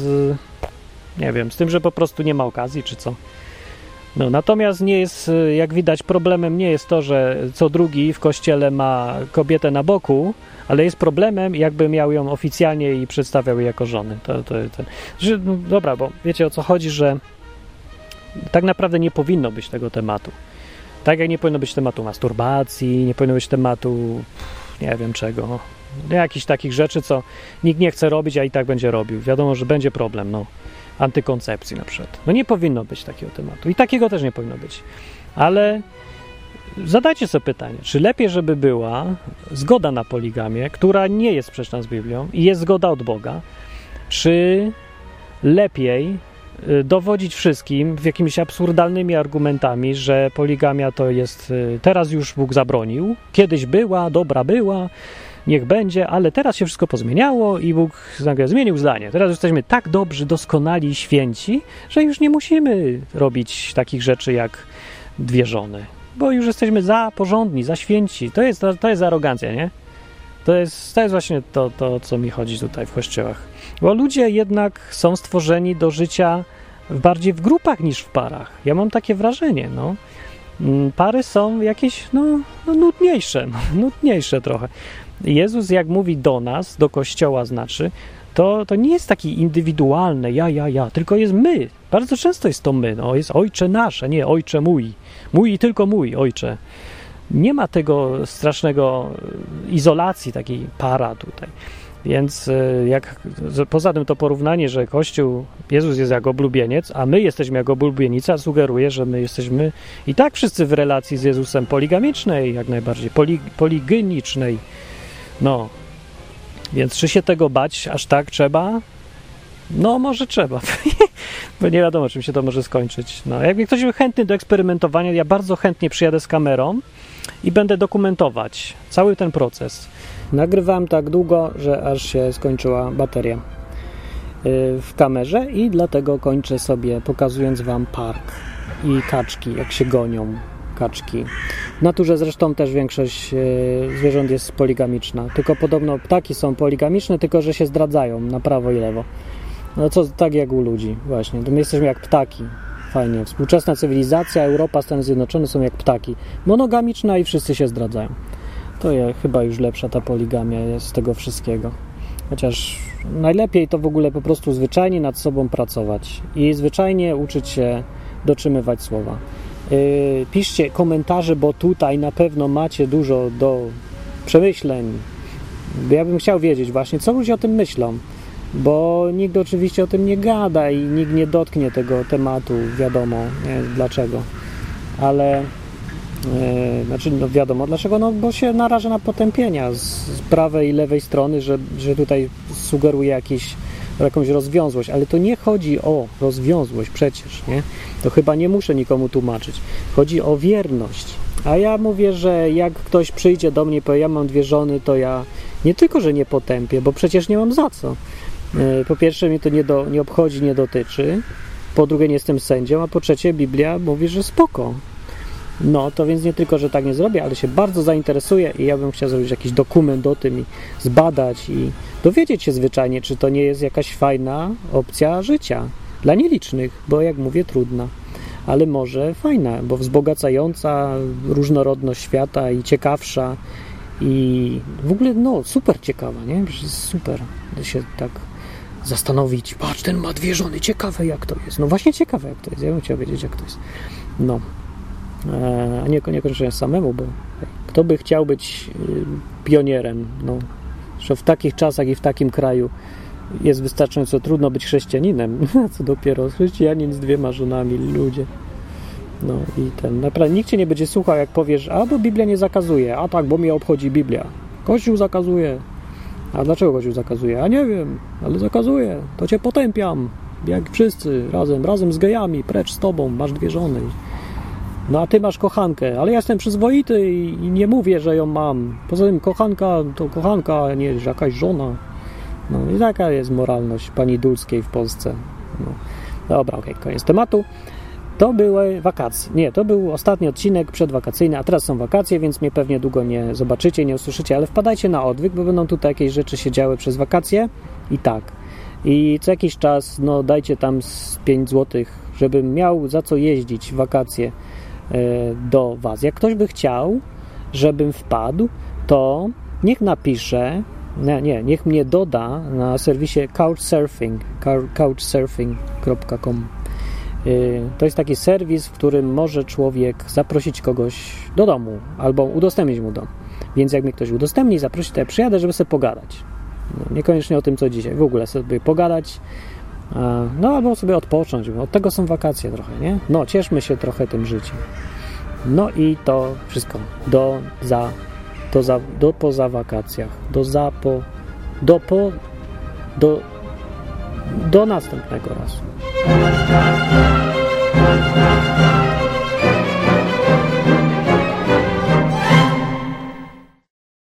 z tym, że po prostu nie ma okazji, czy co. No, natomiast nie jest, jak widać, problemem nie jest to, że co drugi w kościele ma kobietę na boku, ale jest problemem, jakby miał ją oficjalnie i przedstawiał jej jako żonę. No, dobra, bo wiecie, o co chodzi, że tak naprawdę nie powinno być tego tematu. Tak jak nie powinno być tematu masturbacji, nie powinno być tematu nie wiem czego, jakichś takich rzeczy, co nikt nie chce robić, a i tak będzie robił. Wiadomo, że będzie problem, no. Antykoncepcji na przykład. No nie powinno być takiego tematu. I takiego też nie powinno być. Ale zadajcie sobie pytanie, czy lepiej, żeby była zgoda na poligamię, która nie jest sprzeczna z Biblią i jest zgoda od Boga, czy lepiej dowodzić wszystkim jakimiś absurdalnymi argumentami, że poligamia to jest, teraz już Bóg zabronił, kiedyś była, dobra była, niech będzie, ale teraz się wszystko pozmieniało i Bóg nagle zmienił zdanie. Teraz jesteśmy tak dobrzy, doskonali, święci, że już nie musimy robić takich rzeczy jak 2 żony, bo już jesteśmy za porządni, za święci. To jest arogancja, nie? To jest właśnie to, co mi chodzi tutaj w kościołach. Bo ludzie jednak są stworzeni do życia bardziej w grupach niż w parach. Ja mam takie wrażenie, no. Pary są jakieś, nudniejsze trochę. Jezus, jak mówi do nas, do Kościoła znaczy, to nie jest taki indywidualne, ja, tylko jest my. Bardzo często jest to my, no. Jest Ojcze nasz, a nie Ojcze mój. Mój i tylko mój Ojcze. Nie ma tego strasznego izolacji, takiej para tutaj. Więc poza tym to porównanie, że Kościół, Jezus jest jak oblubieniec, a my jesteśmy jak oblubienica, sugeruje, że my jesteśmy i tak wszyscy w relacji z Jezusem poligamicznej, jak najbardziej, poligynicznej. No, więc czy się tego bać aż tak trzeba? No, może trzeba, bo nie wiadomo, czym się to może skończyć. No, jakby ktoś był chętny do eksperymentowania, ja bardzo chętnie przyjadę z kamerą i będę dokumentować cały ten proces. Nagrywam tak długo, że aż się skończyła bateria w kamerze i dlatego kończę sobie, pokazując wam park i kaczki, jak się gonią kaczki. W naturze zresztą też większość zwierząt jest poligamiczna, tylko podobno ptaki są poligamiczne, tylko że się zdradzają na prawo i lewo. No co, tak jak u ludzi właśnie, to my jesteśmy jak ptaki. Fajnie. Współczesna cywilizacja, Europa, Stany Zjednoczone są jak ptaki. Monogamiczna i wszyscy się zdradzają. To chyba już lepsza ta poligamia jest z tego wszystkiego. Chociaż najlepiej to w ogóle po prostu zwyczajnie nad sobą pracować i zwyczajnie uczyć się dotrzymywać słowa. Piszcie komentarze, bo tutaj na pewno macie dużo do przemyśleń. Ja bym chciał wiedzieć właśnie, co ludzie o tym myślą, bo nikt oczywiście o tym nie gada i nikt nie dotknie tego tematu, wiadomo nie, dlaczego, ale znaczy no wiadomo dlaczego, no bo się naraża na potępienia z prawej i lewej strony, że tutaj sugeruje jakąś rozwiązłość, ale to nie chodzi o rozwiązłość przecież, nie? To chyba nie muszę nikomu tłumaczyć. Chodzi o wierność. A ja mówię, że jak ktoś przyjdzie do mnie i powie, ja mam 2 żony, to ja nie tylko, że nie potępię, bo przecież nie mam za co. Po pierwsze, mnie to nie obchodzi, nie dotyczy. Po drugie, nie jestem sędzią, a po trzecie, Biblia mówi, że spoko. No, to więc nie tylko, że tak nie zrobię, ale się bardzo zainteresuję i ja bym chciał zrobić jakiś dokument o tym i zbadać i dowiedzieć się zwyczajnie, czy to nie jest jakaś fajna opcja życia dla nielicznych, bo jak mówię, trudna, ale może fajna, bo wzbogacająca różnorodność świata i ciekawsza i w ogóle, no, super ciekawa, nie? Super się tak zastanowić, patrz, ten ma 2 żony, ciekawe jak to jest. No właśnie ciekawe jak to jest, ja bym chciał wiedzieć jak to jest. No. A niekoniecznie samemu, bo kto by chciał być pionierem, no, że w takich czasach i w takim kraju jest wystarczająco trudno być chrześcijaninem, co dopiero chrześcijanin z 2 żonami, ludzie. No i naprawdę nikt cię nie będzie słuchał, jak powiesz, a bo Biblia nie zakazuje, a tak, bo mnie obchodzi Biblia. Kościół zakazuje. A dlaczego Kościół zakazuje? A nie wiem, ale zakazuje, to cię potępiam, jak wszyscy, razem z gejami, precz z tobą, masz 2 żony. No a ty masz kochankę, ale ja jestem przyzwoity i nie mówię, że ją mam. Poza tym kochanka to kochanka, a nie jakaś żona. No i taka jest moralność pani Dulskiej w Polsce. No. Dobra, okej, koniec tematu. To były wakacje. Nie, to był ostatni odcinek przedwakacyjny, a teraz są wakacje, więc mnie pewnie długo nie zobaczycie, nie usłyszycie, ale wpadajcie na odwyk, bo będą tutaj jakieś rzeczy się działy przez wakacje i tak. I co jakiś czas, no dajcie tam z 5 zł, żebym miał za co jeździć w wakacje do was. Jak ktoś by chciał, żebym wpadł, to niech napisze, niech mnie doda na serwisie couchsurfing.com. To jest taki serwis, w którym może człowiek zaprosić kogoś do domu albo udostępnić mu dom. Więc jak mnie ktoś udostępni, zaprosi, to ja przyjadę, żeby sobie pogadać. No, niekoniecznie o tym, co dzisiaj. W ogóle sobie pogadać. No albo sobie odpocząć, bo od tego są wakacje trochę, nie? No, cieszmy się trochę tym życiem. No i to wszystko. Do poza wakacjach. Do następnego razu.